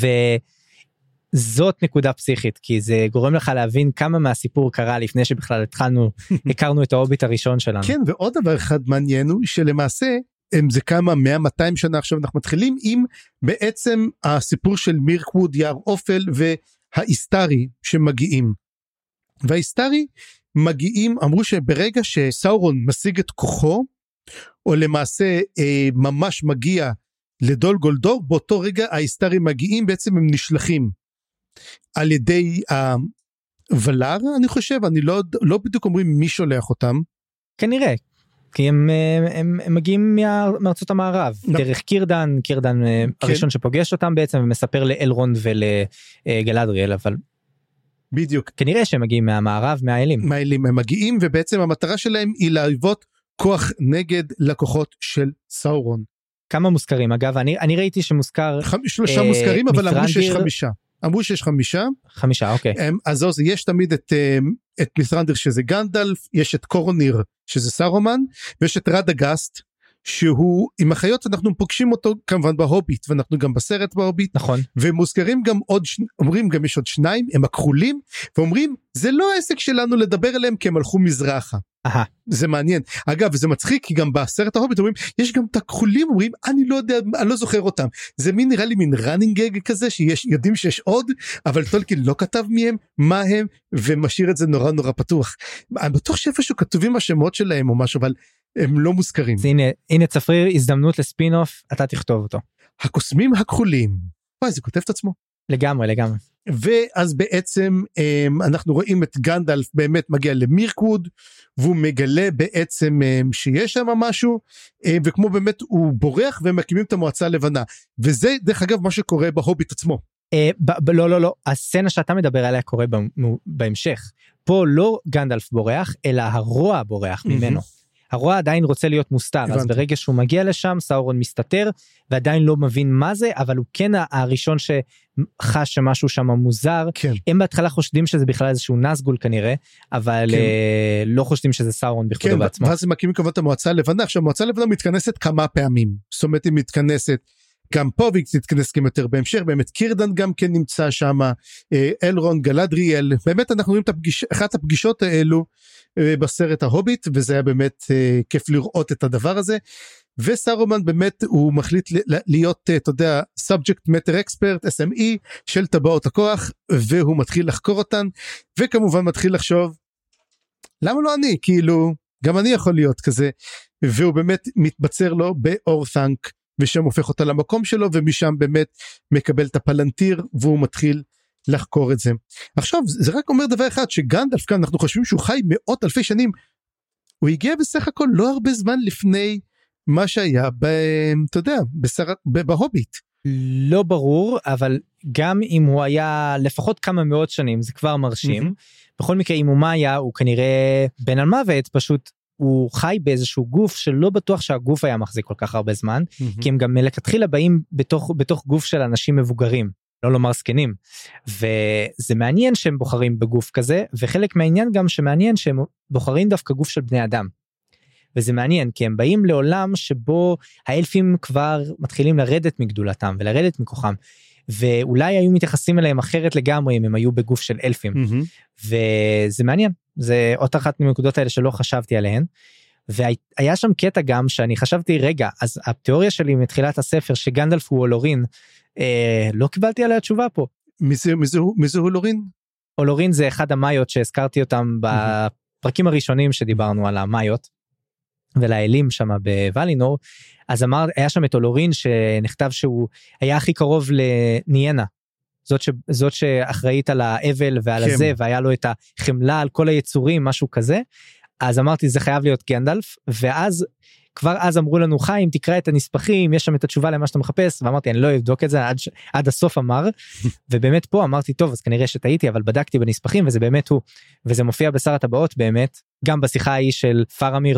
וזאת נקודה פסיכית, כי זה גורם לך להבין כמה מהסיפור קרה לפני שבכלל הכרנו את ההוביט הראשון שלנו. כן, ועוד דבר אחד מעניין הוא שלמעשה, זה כמה 100-200 שנה עכשיו אנחנו מתחילים עם בעצם הסיפור של מירקווד, יער אופל והאיסטרי שמגיעים. והאיסטרי מגיעים, אמרו שברגע שסאורון משיג את כוחו, או למעשה ממש מגיע לדול גולדור, באותו רגע האיסטרים מגיעים, בעצם הם נשלחים על ידי הוולר, אני חושב, אני לא בדיוק אומרים מי שולח אותם. כנראה, כי הם מגיעים מארצות המערב, דרך קירדן הראשון שפוגש אותם בעצם, ומספר לאלרונד ולגלדריאל, אבל בדיוק. כנראה שהם מגיעים מהמערב, מהאלים. הם מגיעים, ובעצם המטרה שלהם היא להיוות כוח נגד לקוחות של סאורון. כמה מוזכרים? אגב, אני ראיתי שמוזכר 3 מוזכרים, אבל אמרו שיש 5. אמרו שיש 5. 5, אוקיי. אז יש תמיד את מיסרנדר שזה גנדלף, יש את קורוניר שזה סארומן, ויש את רדאגסט, שהוא עם החיות, אנחנו פוגשים אותו כמובן בהוביט, ואנחנו גם בסרט בהוביט, נכון. ומוזכרים גם עוד, אומרים גם יש עוד 2, הם הכחולים, ואומרים, זה לא העסק שלנו לדבר אליהם, כי הם הלכו מזרחה. זה מעניין. אגב, זה מצחיק, כי גם בסרט ההוביט אומרים, יש גם את הכחולים, אומרים, אני לא יודע, אני לא זוכר אותם. זה מין, נראה לי מין running gag כזה, יודעים שיש עוד, אבל טולקין לא כתב מהם, מה הם, ומשאיר את זה נורא נורא פתוח. אני בטוח שאיפשהו כתובים השמות שלהם או משהו, אבל הם לא מוזכרים. הנה צפריר, הזדמנות לספין-אוף, אתה תכתוב אותו. הקוסמים הכחולים. וואי, זה כותב את עצמו. לגמרי. ואז בעצם אנחנו רואים את גנדלף באמת מגיע למירקווד, והוא מגלה בעצם שיש שם משהו, וכמו באמת הוא בורח והם מקימים את המועצה הלבנה. וזה דרך אגב מה שקורה בהוביט עצמו. לא, הסצנה שאתה מדבר עליה קורה בהמשך. פה לא גנדלף בורח, אלא הרוע בורח ממנו. הרוע עדיין רוצה להיות מוסתר, אז ברגע שהוא מגיע לשם, סאורון מסתתר, ועדיין לא מבין מה זה, אבל הוא כן הראשון שחש שמשהו שם מוזר, הם בהתחלה חושדים שזה בכלל איזשהו נזגול כנראה, אבל לא חושדים שזה סאורון בכבודו בעצמו. ואז הם מקימים כמובן את המועצה הלבנה, עכשיו המועצה הלבנה מתכנסת כמה פעמים, זאת אומרת היא מתכנסת, גם פה והיא תתכנס גם יותר בהמשך, באמת קירדן גם כן נמצא שם, אלרון, גלדריאל, באמת אנחנו רואים אחת הפגישות האלו, בסרט ההוביט, וזה היה באמת כיף לראות את הדבר הזה, וסארומן באמת הוא מחליט להיות, אתה יודע, subject matter expert, SME, של טבעות הכוח, והוא מתחיל לחקור אותן, וכמובן מתחיל לחשוב, למה לא אני? כאילו, גם אני יכול להיות כזה, והוא באמת מתבצר לו באורת'אנק, ושם הופך אותה למקום שלו, ומשם באמת מקבל את הפלנטיר, והוא מתחיל לחקור את זה. עכשיו, זה רק אומר דבר אחד, שגנדלף כאן, אנחנו חושבים שהוא חי מאות אלפי שנים, הוא הגיע בסך הכל לא הרבה זמן לפני מה שהיה, אתה יודע, בהוביט. לא ברור, אבל גם אם הוא היה לפחות כמה מאות שנים, זה כבר מרשים. בכל מקרה, אם הוא מה היה, הוא כנראה בן על מוות, פשוט הוא חי באיזשהו גוף שלא בטוח שהגוף היה מחזיק כל כך הרבה זמן, כי הם גם מלכתחילה באים בתוך גוף של אנשים מבוגרים. לא לומר סקנים, וזה מעניין שהם בוחרים בגוף כזה, וחלק מהעניין גם שמעניין שהם בוחרים דווקא גוף של בני אדם, וזה מעניין, כי הם באים לעולם שבו האלפים כבר מתחילים לרדת מגדולתם, ולרדת מכוחם, ואולי היו מתייחסים אליהם אחרת לגמרי, אם הם היו בגוף של אלפים, וזה מעניין, זה עוד אחת מהנקודות האלה שלא חשבתי עליהן, והיה שם קטע גם שאני חשבתי, רגע, אז התיאוריה שלי מתחילת הספר, שגנדלף הוא אולורין, לא קיבלתי עליה תשובה פה. מי זה אולורין? אולורין זה אחד המאיות שהזכרתי אותם בפרקים הראשונים שדיברנו על המאיות, ולאלים שם בוולינור, אז היה שם את אולורין שנכתב שהוא היה הכי קרוב לניינה, זאת שאחראית על האבל ועל הזה, והיה לו את החמלה על כל היצורים, משהו כזה, אז אמרתי זה חייב להיות גנדלף, ואז כבר אז אמרו לנו חיים תקרא את הנספחים, יש שם את התשובה למה שאתה מחפש, ואמרתי אני לא אבדוק את זה עד הסוף אמר, ובאמת פה אמרתי טוב אז כנראה שטעיתי, אבל בדקתי בנספחים וזה באמת הוא, וזה מופיע בשר הטבעות באמת, גם בשיחה ההיא של פרמיר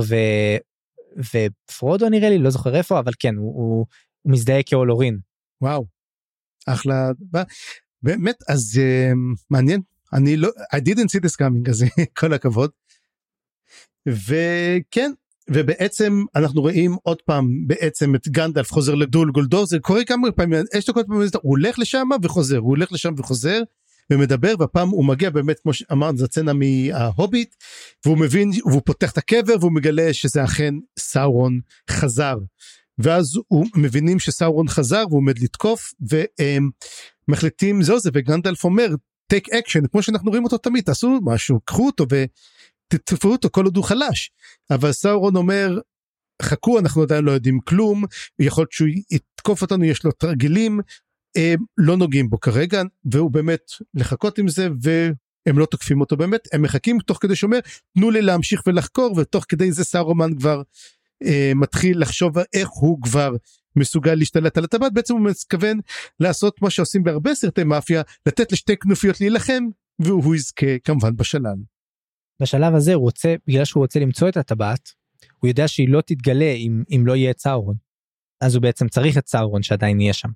ופרודו נראה לי, לא זוכר איפה, אבל כן הוא מזדהה כאולורין. וואו, אחלה, באמת אז מעניין, אני לא, I didn't see this coming, אז כל הכבוד. וכן, ובעצם אנחנו רואים עוד פעם בעצם את גנדלף חוזר לדול גולדור, זה קורה כמה פעמים, יש לו כל פעמים, הוא הולך לשם וחוזר, הוא הולך לשם וחוזר, ומדבר, והפעם הוא מגיע באמת, כמו שאמרת, זה צנע מההוביט, והוא מבין, והוא פותח את הקבר, והוא מגלה שזה אכן סאורון חזר, ואז הוא מבינים שסאורון חזר, והוא עומד לתקוף, ומחליטים זה, וגנדלף אומר, take action, כמו שאנחנו רואים אותו תמיד, תעשו משהו, קחו אותו ותתפרו אותו כל עוד הוא חלש, אבל סאורון אומר, חכו, אנחנו עדיין לא יודעים כלום, יכול להיות שהוא יתקוף אותנו, יש לו תרגילים, לא נוגעים בו כרגע, והוא באמת לחכות עם זה, והם לא תוקפים אותו באמת, הם מחכים תוך כדי שאומר, תנו לי להמשיך ולחקור, ותוך כדי זה סארומן כבר מתחיל לחשוב איך הוא כבר מסוגל להשתלט על הטבעת, בעצם הוא מתכוון לעשות מה שעושים בהרבה סרטי מאפיה, לתת לשתי כנופיות להילחם, והוא יזכה כמובן בשלל. בשלב הזה הוא רוצה, בגלל שהוא רוצה למצוא את הטבעת, הוא יודע שהיא לא תתגלה אם לא יהיה את סאורון, אז הוא בעצם צריך את סאורון שעדיין יהיה שם.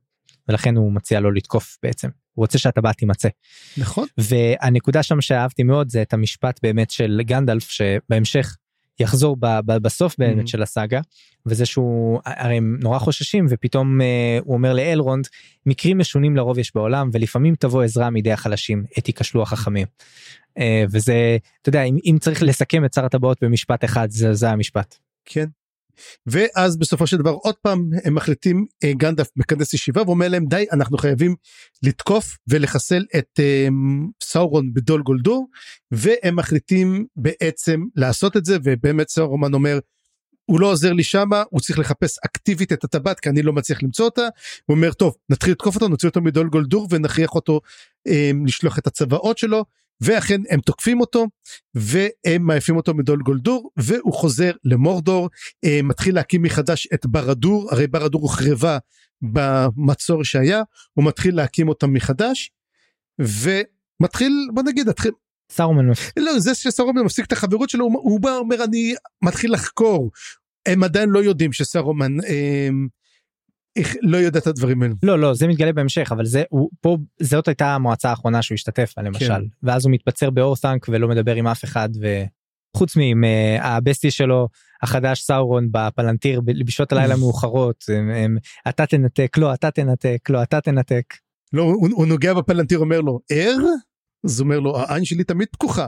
ולכן הוא מציע לו לתקוף בעצם, הוא רוצה שהטבעת תימצא. נכון. והנקודה שם שאהבתי מאוד זה את המשפט באמת של גנדלף, שבהמשך יחזור בסוף באמת של הסאגה, וזה שהוא, הרי הם נורא חוששים, ופתאום הוא אומר לאלרונד, מקרים משונים לרוב יש בעולם, ולפעמים תבוא עזרה מידי החלשים, עת ייכשלו החכמים. וזה, אתה יודע, אם צריך לסכם את שר הטבעות במשפט אחד, זה המשפט. כן. ואז בסופו של דבר עוד פעם הם מחליטים, גנדלף מכנס ישיבה ואומר להם די, אנחנו חייבים לתקוף ולחסל את סאורון בדול גולדור, והם מחליטים בעצם לעשות את זה, ובאמת סאורון אומר הוא לא עוזר לי שמה, הוא צריך לחפש אקטיבית את הטבעת כי אני לא מצליח למצוא אותה, הוא אומר טוב נתחיל לתקוף אותו, נוציא אותו מדול גולדור ונכריח אותו לשלוח את הצבאות שלו, ואכן הם תוקפים אותו, והם מעיפים אותו מדול גולדור, והוא חוזר למורדור, מתחיל להקים מחדש את ברדור, הרי ברדור הוחרבה במצור שהיה, הוא מתחיל להקים אותם מחדש, ומתחיל, בוא נגיד, סארומן. לא, זה שסארומן מפסיק את החברות שלו, הוא בא, אומר, אני מתחיל לחקור, הם עדיין לא יודעים שסארומן לא יודע את הדברים האלה. לא, זה מתגלה בהמשך, אבל פה, זאת הייתה המועצה האחרונה שהוא השתתף בה, למשל, כן. ואז הוא מתפצר באורת'אנק ולא מדבר עם אף אחד, וחוץ מהבסטי שלו, החדש סאורון בפלנטיר, בשעות הלילה מאוחרות, אתה תנתק, לא, אתה תנתק, לא, אתה תנתק. לא, הוא נוגע בפלנטיר, אומר לו, אז הוא אומר לו, העין שלי תמיד פקוחה,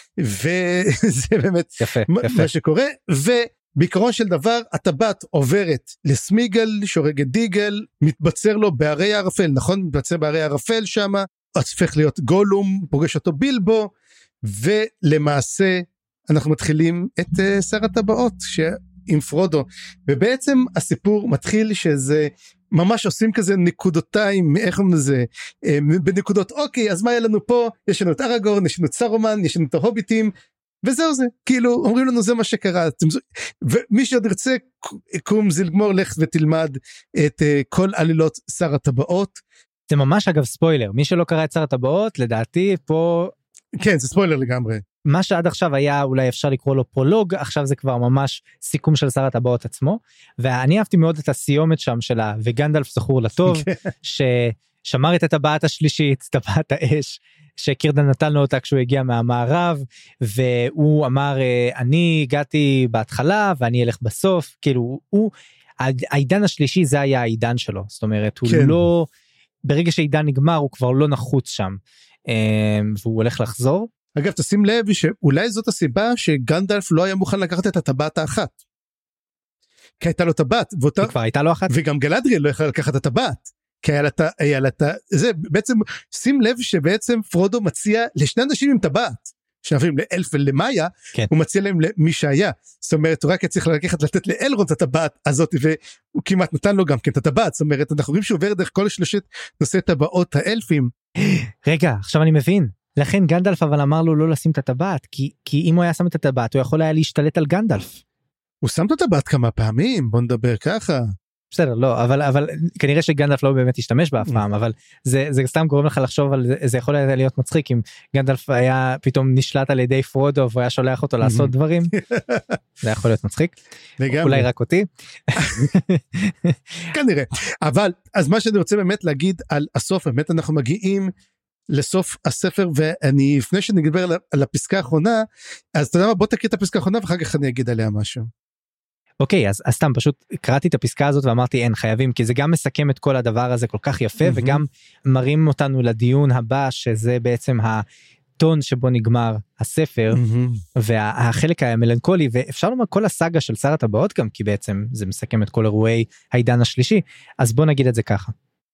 וזה באמת יפה. מה שקורה, בעיקרון של דבר, הטבעת עוברת לסמיגל, שהורג את דיגל, מתבצר לו בערי הערפל, נכון? מתבצר בערי הערפל שם, הופך להיות גולום, פוגש אותו בילבו, ולמעשה אנחנו מתחילים את שר הטבעות עם פרודו, ובעצם הסיפור מתחיל שזה, ממש עושים כזה נקודותיים, איך אומרים זה, בנקודות, אוקיי, אז מה היה לנו פה? יש לנו את ארגורן, יש לנו את סרומן, יש לנו את ההוביטים, וזהו זה, כאילו אומרים לנו זה מה שקרה, ומי שעוד ירצה קום זילגמור, לך ותלמד את כל עלילות שר הטבעות. זה ממש אגב ספוילר, מי שלא קרא את שר הטבעות, לדעתי פה... כן, זה ספוילר לגמרי. מה שעד עכשיו היה, אולי אפשר לקרוא לו פרולוג, עכשיו זה כבר ממש סיכום של שר הטבעות עצמו, ואני אהבתי מאוד את הסיומת שם שלה, וגנדלף זכור לטוב, ששמר את הטבעת השלישית, טבעת האש, שקירדן נתן לו אותה כשהוא הגיע מהמערב, והוא אמר, אני הגעתי בהתחלה, ואני אלך בסוף, כאילו, העידן השלישי זה היה העידן שלו, זאת אומרת, הוא לא, ברגע שהעידן נגמר, הוא כבר לא נחוץ שם, והוא הולך לחזור. אגב, תשים לב שאולי זאת הסיבה שגנדלף לא היה מוכן לקחת את הטבעת האחת. כי הייתה לו טבעת, היא כבר הייתה לו אחת. וגם גלדריאל לא יכלה לקחת את הטבעת. כי היה לה, זה בעצם, שים לב שבעצם פרודו מציע לשני אנשים עם טבעת, שעברים לאלף ולמאיה, כן. הוא מציע להם למי שהיה, זאת אומרת, הוא רק צריך לתת לאלרונד את הטבעת הזאת, והוא כמעט נתן לו גם כן את הטבעת, זאת אומרת, אנחנו רואים שהוא עובר דרך כל שלושת נושאי טבעות האלפים. רגע, עכשיו אני מבין, לכן גנדלף אבל אמר לו לא לשים את הטבעת, כי אם הוא היה שם את הטבעת, הוא יכול היה להשתלט על גנדלף. הוא שם את הטבעת כמה פעמים, בוא נדבר ככה. בסדר, לא, אבל כנראה שגנדלף לא באמת השתמש בה אף פעם, אבל זה סתם גורם לך לחשוב על זה, יכול להיות מצחיק אם גנדלף היה פתאום נשלט על ידי פרודו, והוא היה שולח אותו לעשות דברים, זה יכול להיות מצחיק, אולי רק אותי. כנראה, אבל אז מה שאני רוצה באמת להגיד על הסוף, באמת אנחנו מגיעים לסוף הספר, ואני לפני שנדבר על הפסקה האחרונה, אז אתה יודע מה, בוא תקריא את הפסקה האחרונה, ואחר כך אני אגיד עליה משהו. אוקיי, אז סתם פשוט קראתי את הפסקה הזאת ואמרתי אין חייבים, כי זה גם מסכם את כל הדבר הזה כל כך יפה, וגם מרים אותנו לדיון הבא, שזה בעצם הטון שבו נגמר הספר, והחלק המלנכולי, ואפשר לומר כל הסאגה של שר הטבעות גם, כי בעצם זה מסכם את כל אירועי העידן השלישי, אז בוא נגיד את זה ככה.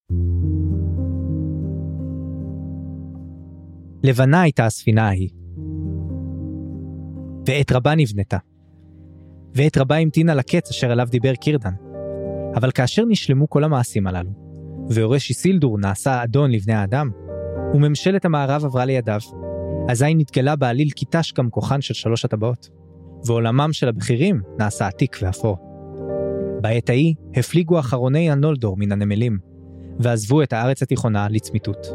לבנה הייתה הספינה ההיא, ועת רבה נבנתה. ועת רבה המתינה לקץ אשר עליו דיבר קירדן. אבל כאשר נשלמו כל המעשים הללו, ויורש איסילדור נעשה אדון לבני האדם, וממשלת המערב עברה לידיו, אזי נתגלה בעליל כי תשכם כוחן של 3 הטבעות, ועולמם של הבכירים נעשה עתיק ואפור. בעת ההיא הפליגו אחרוני הנולדור מן הנמלים, ועזבו את הארץ התיכונה לצמיתות.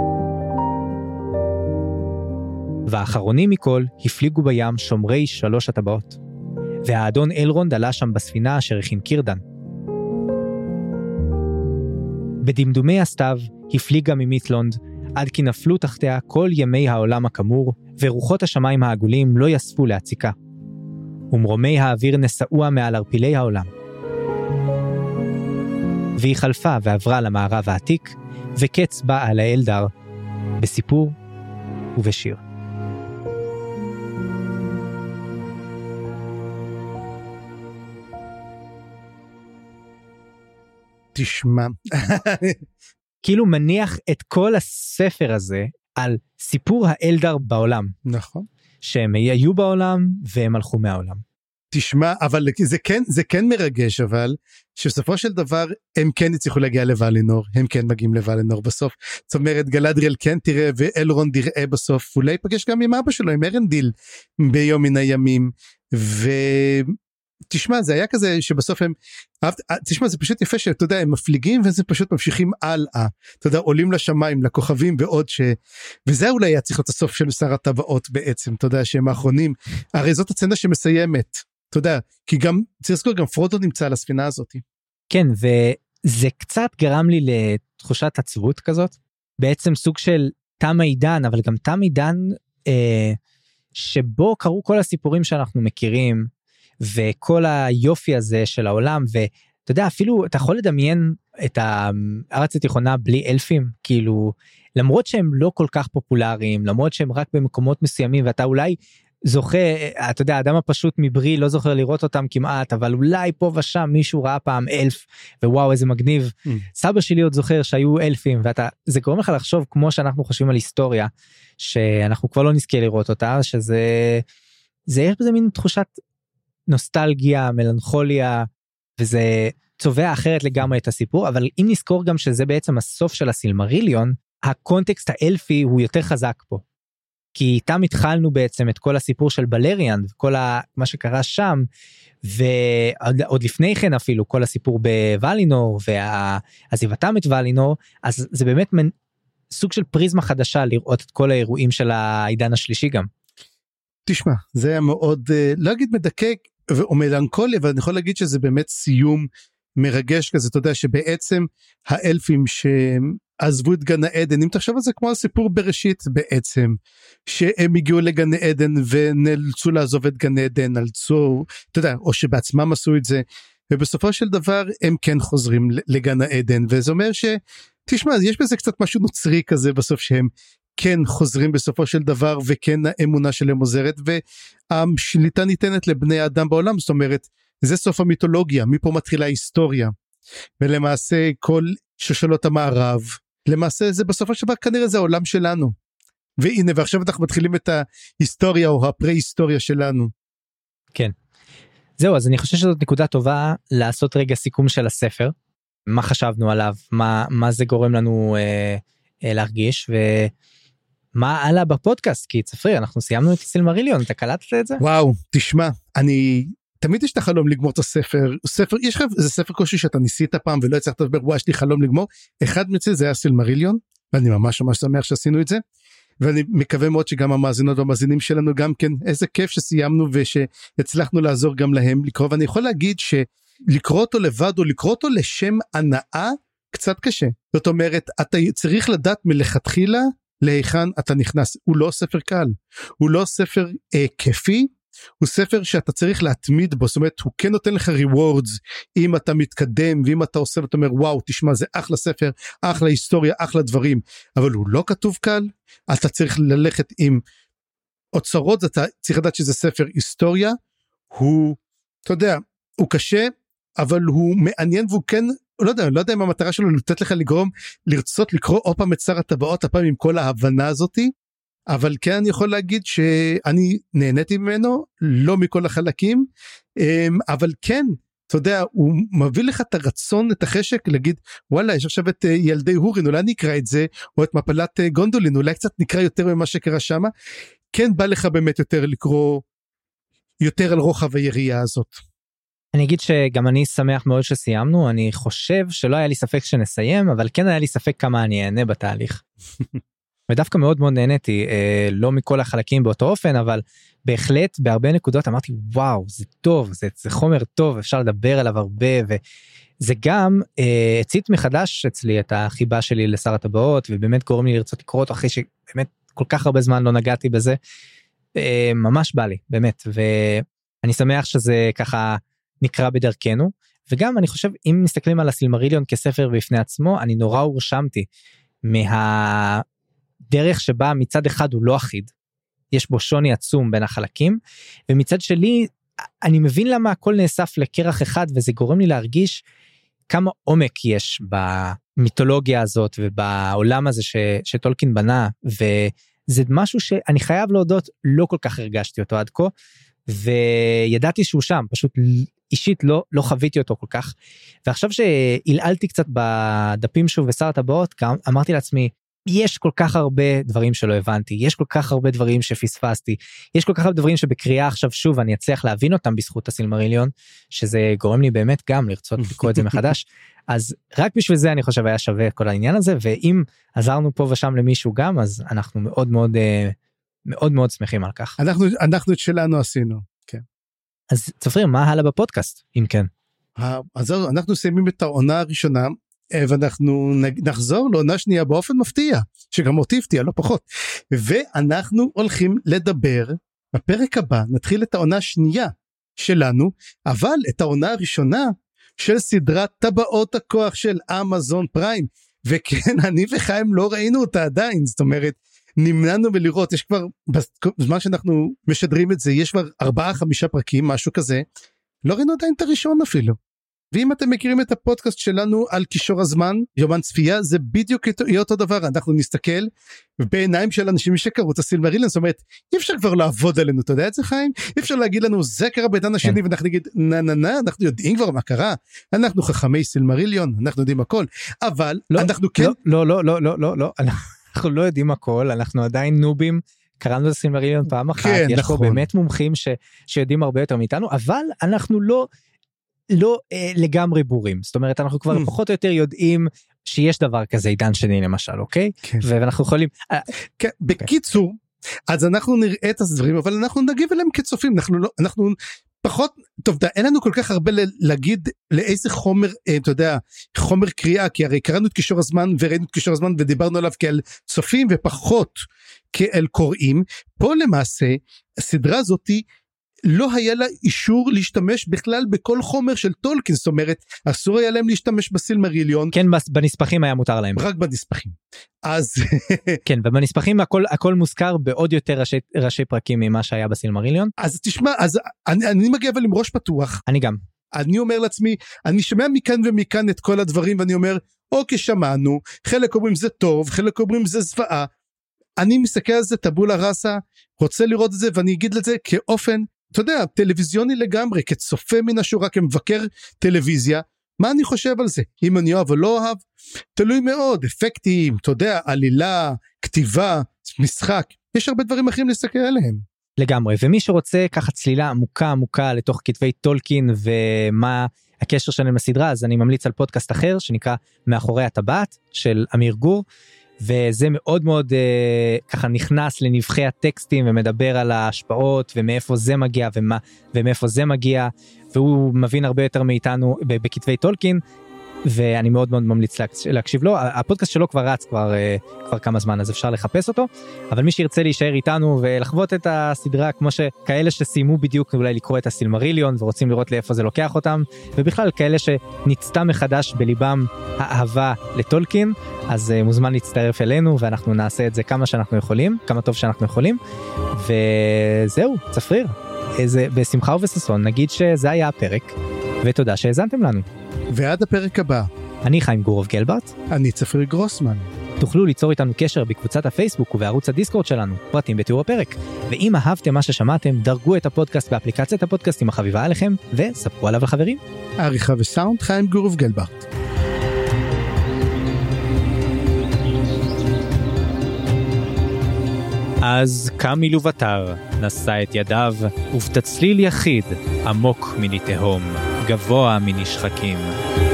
והאחרונים מכל הפליגו בים שומרי 3 הטבעות. והאדון אלרונד עלה שם בספינה אשר הכין קירדן. בדמדומי הסתיו הפליגה ממיטלונד, עד כי נפלו תחתיה כל ימי העולם הכמור, ורוחות השמיים העגולים לא יספו להציקה. ומרומי האוויר נסעוה מעל ערפילי העולם. והיא חלפה ועברה למערב העתיק, וקץ בא על האלדר, בסיפור ובשיר. תשמע. כאילו מניח את כל הספר הזה על סיפור האלדר בעולם. נכון. שהם היו בעולם והם הלכו מהעולם. תשמע, אבל זה כן מרגש, אבל שבסופו של דבר הם כן יצליחו להגיע לוולינור, הם כן מגיעים לוולינור בסוף. זאת אומרת, גלדריאל כן תראה ואלרונד יראה בסוף, אולי ייפגש גם עם אבא שלו, עם ארנדיל ביום מן הימים, תשמע, זה היה כזה שבסוף הם, תשמע, זה פשוט יפה שאתה יודע, הם מפליגים וזה פשוט ממשיכים הלאה, אתה יודע, עולים לשמיים, לכוכבים ועוד וזה אולי היה צריך להיות הסוף של שר הטבעות בעצם, אתה יודע, שהם האחרונים, הרי זאת הצנה שמסיימת, אתה יודע, כי גם, צריך לזכור, גם פרודו נמצא על הספינה הזאת. כן, וזה קצת גרם לי לתחושת עצבות כזאת, בעצם סוג של תם העידן, אבל גם תם עידן, שבו קרו כל הסיפורים שאנחנו מכירים, וכל היופי הזה של העולם, ואתה יודע, אפילו אתה יכול לדמיין את הארץ התיכונה בלי אלפים, כאילו, למרות שהם לא כל כך פופולריים, למרות שהם רק במקומות מסוימים, ואתה אולי זוכה, אתה יודע, האדם הפשוט מברי לא זוכר לראות אותם כמעט, אבל אולי פה ושם מישהו ראה פעם אלף, ווואו איזה מגניב. סבא שלי עוד זוכר שהיו אלפים, זה גורם לך לחשוב כמו שאנחנו חושבים על היסטוריה, שאנחנו כבר לא נזכה לראות אותה, יש בזה מין תחושת נוסטלגיה, מלנכוליה, וזה צובע אחרת לגמרי את הסיפור, אבל אם נזכור גם שזה בעצם הסוף של הסילמריליון, הקונטקסט האלפי הוא יותר חזק פה. כי איתם התחלנו בעצם את כל הסיפור של בלריאן, וכל מה שקרה שם, ועוד לפני כן אפילו, כל הסיפור בוולינור, ועזיבתם את וולינור, אז זה באמת סוג של פריזמה חדשה, לראות את כל האירועים של העידן השלישי גם. תשמע, זה היה מאוד, לא אגיד מדקק, או מלנכולי, אבל אני יכול להגיד שזה באמת סיום מרגש כזה, אתה יודע שבעצם האלפים שעזבו את גן העדן, אם תחשוב על זה כמו הסיפור בראשית בעצם, שהם הגיעו לגן העדן ונאלצו לעזוב את גן העדן, נאלצו, אתה יודע, או שבעצמם עשו את זה, ובסופו של דבר הם כן חוזרים לגן העדן, וזה אומר תשמע, יש בזה קצת משהו נוצרי כזה בסוף שהם כן חוזרים בסופו של דבר, וכן האמונה שלהם עוזרת, והשליטה ניתנת לבני האדם בעולם, זאת אומרת, זה סוף המיתולוגיה, מפה מתחילה ההיסטוריה, ולמעשה כל שושלות המערב, למעשה זה בסופו של דבר כנראה זה העולם שלנו, והנה ועכשיו אנחנו מתחילים את ההיסטוריה או הפרה-היסטוריה שלנו. כן, זהו, אז אני חושב שזאת נקודה טובה לעשות רגע סיכום של הספר, מה חשבנו עליו, מה זה גורם לנו להרגיש, מה עלה בפודקאסט, כי צפרי, אנחנו סיימנו את סילמריליון, אתה קלטת את זה? וואו, תשמע, תמיד יש את החלום לגמור את הספר, יש לך איזה ספר קושי שאתה ניסית פעם ולא הצלחת לדבר, וואי, יש לי חלום לגמור, אחד מצל זה היה סילמריליון, ואני ממש שמח שעשינו את זה, ואני מקווה מאוד שגם המאזינות והמאזינים שלנו גם כן, איזה כיף שסיימנו ושהצלחנו לעזור גם להם לקרוא, ואני יכול להגיד שלקרוא אותו לבד או לקרוא אותו לשם הנאה, קצת קשה, זאת אומרת, אתה צריך לדעת מלכתחילה, להיכן אתה נכנס, הוא לא ספר קל, הוא לא ספר כיפי, הוא ספר שאתה צריך להתמיד בו, זאת אומרת, הוא כן נותן לך rewards, אם אתה מתקדם, ואם אתה עושה, ואתה אומר, וואו, תשמע, זה אחלה ספר, אחלה היסטוריה, אחלה דברים, אבל הוא לא כתוב קל, אתה צריך ללכת עם אוצרות, אתה צריך לדעת שזה ספר היסטוריה, הוא, אתה יודע, הוא קשה, אבל הוא מעניין, והוא כן, לא יודע אם המטרה שלו לתת לך לגרום, לרצות לקרוא עוד פעם את שר הטבעות, הפעם עם כל ההבנה הזאתי, אבל כן אני יכול להגיד שאני נהניתי ממנו, לא מכל החלקים, אבל כן, אתה יודע, הוא מביא לך את הרצון, את החשק, להגיד, וואלה, יש עכשיו את ילדי הורין, אולי נקרא את זה, או את מפלת גונדולין, אולי קצת נקרא יותר ממה שקרה שם, כן בא לך באמת יותר לקרוא, יותר על רוחב היריעה הזאת. אני אגיד שגם אני שמח מאוד שסיימנו, אני חושב שלא היה לי ספק שנסיים, אבל כן היה לי ספק כמה אני אענה בתהליך. ודווקא מאוד מאוד נהניתי, לא מכל החלקים באותו אופן, אבל בהחלט בהרבה נקודות אמרתי, וואו, זה טוב, זה חומר טוב, אפשר לדבר עליו הרבה, וזה גם הצית מחדש אצלי את החיבה שלי לשר הטבעות, ובאמת גורם לי לרצות לקרוא אותו, אחרי שבאמת כל כך הרבה זמן לא נגעתי בזה, ממש בא לי, באמת, ואני שמח שזה ככה נקרא בדרכנו, וגם אני חושב, אם מסתכלים על הסילמריליון כספר בפני עצמו, אני נורא הורשמתי מהדרך שבה מצד אחד הוא לא אחיד, יש בו שוני עצום בין החלקים, ומצד שלי, אני מבין למה הכל נאסף לקרח אחד, וזה גורם לי להרגיש כמה עומק יש במיתולוגיה הזאת, ובעולם הזה שטולקין בנה, וזה משהו שאני חייב להודות, לא כל כך הרגשתי אותו עד כה, וידעתי שהוא שם, פשוט אישית לא חוויתי אותו כל כך, ועכשיו שהילעלתי קצת בדפים שוב ושר הטבעות, גם אמרתי לעצמי, יש כל כך הרבה דברים שלא הבנתי, יש כל כך הרבה דברים שפספסתי, יש כל כך הרבה דברים שבקריאה עכשיו שוב אני אצליח להבין אותם בזכות הסילמריליון, שזה גורם לי באמת גם לרצות לקרוא את זה מחדש, אז רק בשביל זה אני חושב היה שווה כל העניין הזה, ואם עזרנו פה ושם למישהו גם, אז אנחנו מאוד מאוד מאוד מאוד שמחים על כך. אנחנו את שלנו עשינו, כן. אז צפריר, מה הלאה בפודקאסט, אם כן? אז אנחנו סיימים את העונה הראשונה, ואנחנו נחזור לעונה שנייה באופן מפתיע, שגם אותי הפתיע, לא פחות. ואנחנו הולכים לדבר, בפרק הבא נתחיל את העונה השנייה שלנו, אבל את העונה הראשונה של סדרת טבעות הכוח של אמזון פריים, וכן, אני וחיים לא ראינו אותה עדיין, זאת אומרת, נמנענו בלראות, יש כבר, בזמן שאנחנו משדרים את זה, יש כבר 4-5 פרקים, משהו כזה, לא ראינו עדיין את הראשון אפילו. ואם אתם מכירים את הפודקאסט שלנו על קישור הזמן, יומן צפייה, זה בדיוק יהיה אותו דבר, אנחנו נסתכל בעיניים של אנשים שקראו את הסילמריליון, זאת אומרת, אי אפשר כבר לעבוד עלינו, אתה יודע את זה חיים? אי אפשר להגיד לנו, זה קרה בעידן השני, ואנחנו נגיד, אנחנו יודעים כבר מה קרה, אנחנו חכמי סילמריליון, אנחנו יודעים הכל, אבל אנחנו כן... לא, אנחנו לא יודעים הכל, אנחנו עדיין נובים, קראנו את הסילמריליון פעם אחת, יש פה באמת מומחים שיודעים הרבה יותר מאיתנו, אבל אנחנו לא לגמרי בורים, זאת אומרת אנחנו כבר פחות או יותר יודעים שיש דבר כזה עידן שני למשל, אוקיי? ואנחנו יכולים... בקיצור, אז אנחנו נראה את הדברים, אבל אנחנו נגיב אליהם כצופים, אנחנו פחות, טוב, אין לנו כל כך הרבה להגיד לאיזה חומר, אתה יודע, חומר קריאה, כי הרי קראנו את קישור הזמן וראינו את קישור הזמן ודיברנו עליו כאל צופים ופחות כאל קוראים, פה למעשה הסדרה הזאת לא היה לה אישור להשתמש בכלל בכל חומר של טולקין, זאת אומרת, אסור היה להם להשתמש בסילמריליון. כן, בנספחים היה מותר להם. רק בנספחים. אז... כן, ובנספחים הכל מוזכר בעוד יותר ראשי פרקים ממה שהיה בסילמריליון. אז תשמע, אז אני מגיע אבל עם ראש פתוח. אני גם. אני אומר לעצמי, אני שומע מכאן ומכאן את כל הדברים, ואני אומר, אוקיי, שמענו, חלק אומרים זה טוב, חלק אומרים זה זוועה. אני מסתכל על זה, טבולה ראסה, רוצה לראות את זה, ואני אגיד לזה כאופן, אתה יודע, טלוויזיוני לגמרי, כצופה מן השורה, כמבקר טלוויזיה, מה אני חושב על זה? אם אני אוהב או לא אוהב, תלוי מאוד, אפקטים, אתה יודע, עלילה, כתיבה, משחק, יש הרבה דברים אחרים להסתכל עליהם. לגמרי, ומי שרוצה ככה צלילה עמוקה לתוך כתבי טולקין, ומה הקשר שלהם לסדרה, אז אני ממליץ על פודקאסט אחר, שנקרא מאחורי הטבעת, של אמיר גור, וזה מאוד מאוד ככה נכנס לנבחי הטקסטים ומדבר על ההשפעות ומאיפה זה מגיע ומאיפה זה מגיע, והוא מבין הרבה יותר מאיתנו בכתבי טולקין, ואני מאוד מאוד ממליץ להקשיב לו. הפודקאסט שלו כבר רץ כבר כמה זמן, אז אפשר לחפש אותו, אבל מי שירצה להישאר איתנו ולחוות את הסדרה, כמו שכאלה שסיימו בדיוק אולי לקרוא את הסילמריליון ורוצים לראות לאיפה זה לוקח אותם, ובכלל כאלה שנצטה מחדש בליבם האהבה לטולקין, אז מוזמן להצטרף אלינו, ואנחנו נעשה את זה כמה שאנחנו יכולים, כמה טוב שאנחנו יכולים, וזהו, צפריר, בשמחה ובששון נגיד שזה היה הפרק, ותודה שהאזנתם לנו. ועד הפרק הבא. אני חיים גורוב גלברט. אני צפריר גרוסמן. תוכלו ליצור איתנו קשר בקבוצת הפייסבוק ובערוץ הדיסקורד שלנו, פרטים בתיאור הפרק. ואם אהבתם מה ששמעתם, דרגו את הפודקאסט באפליקציית הפודקאסטים החביבה עליכם, וספרו עליו לחברים. העריכה וסאונד חיים גורוב גלברט. אז קם מלובטר, נשא את ידיו, ובתצליל יחיד, עמוק מני תהום, גבוה מני שחקים,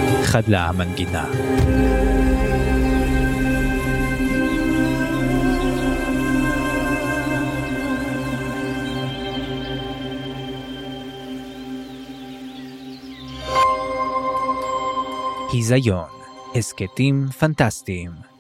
חדלה המנגינה. היזיון, הסקטים פנטסטיים.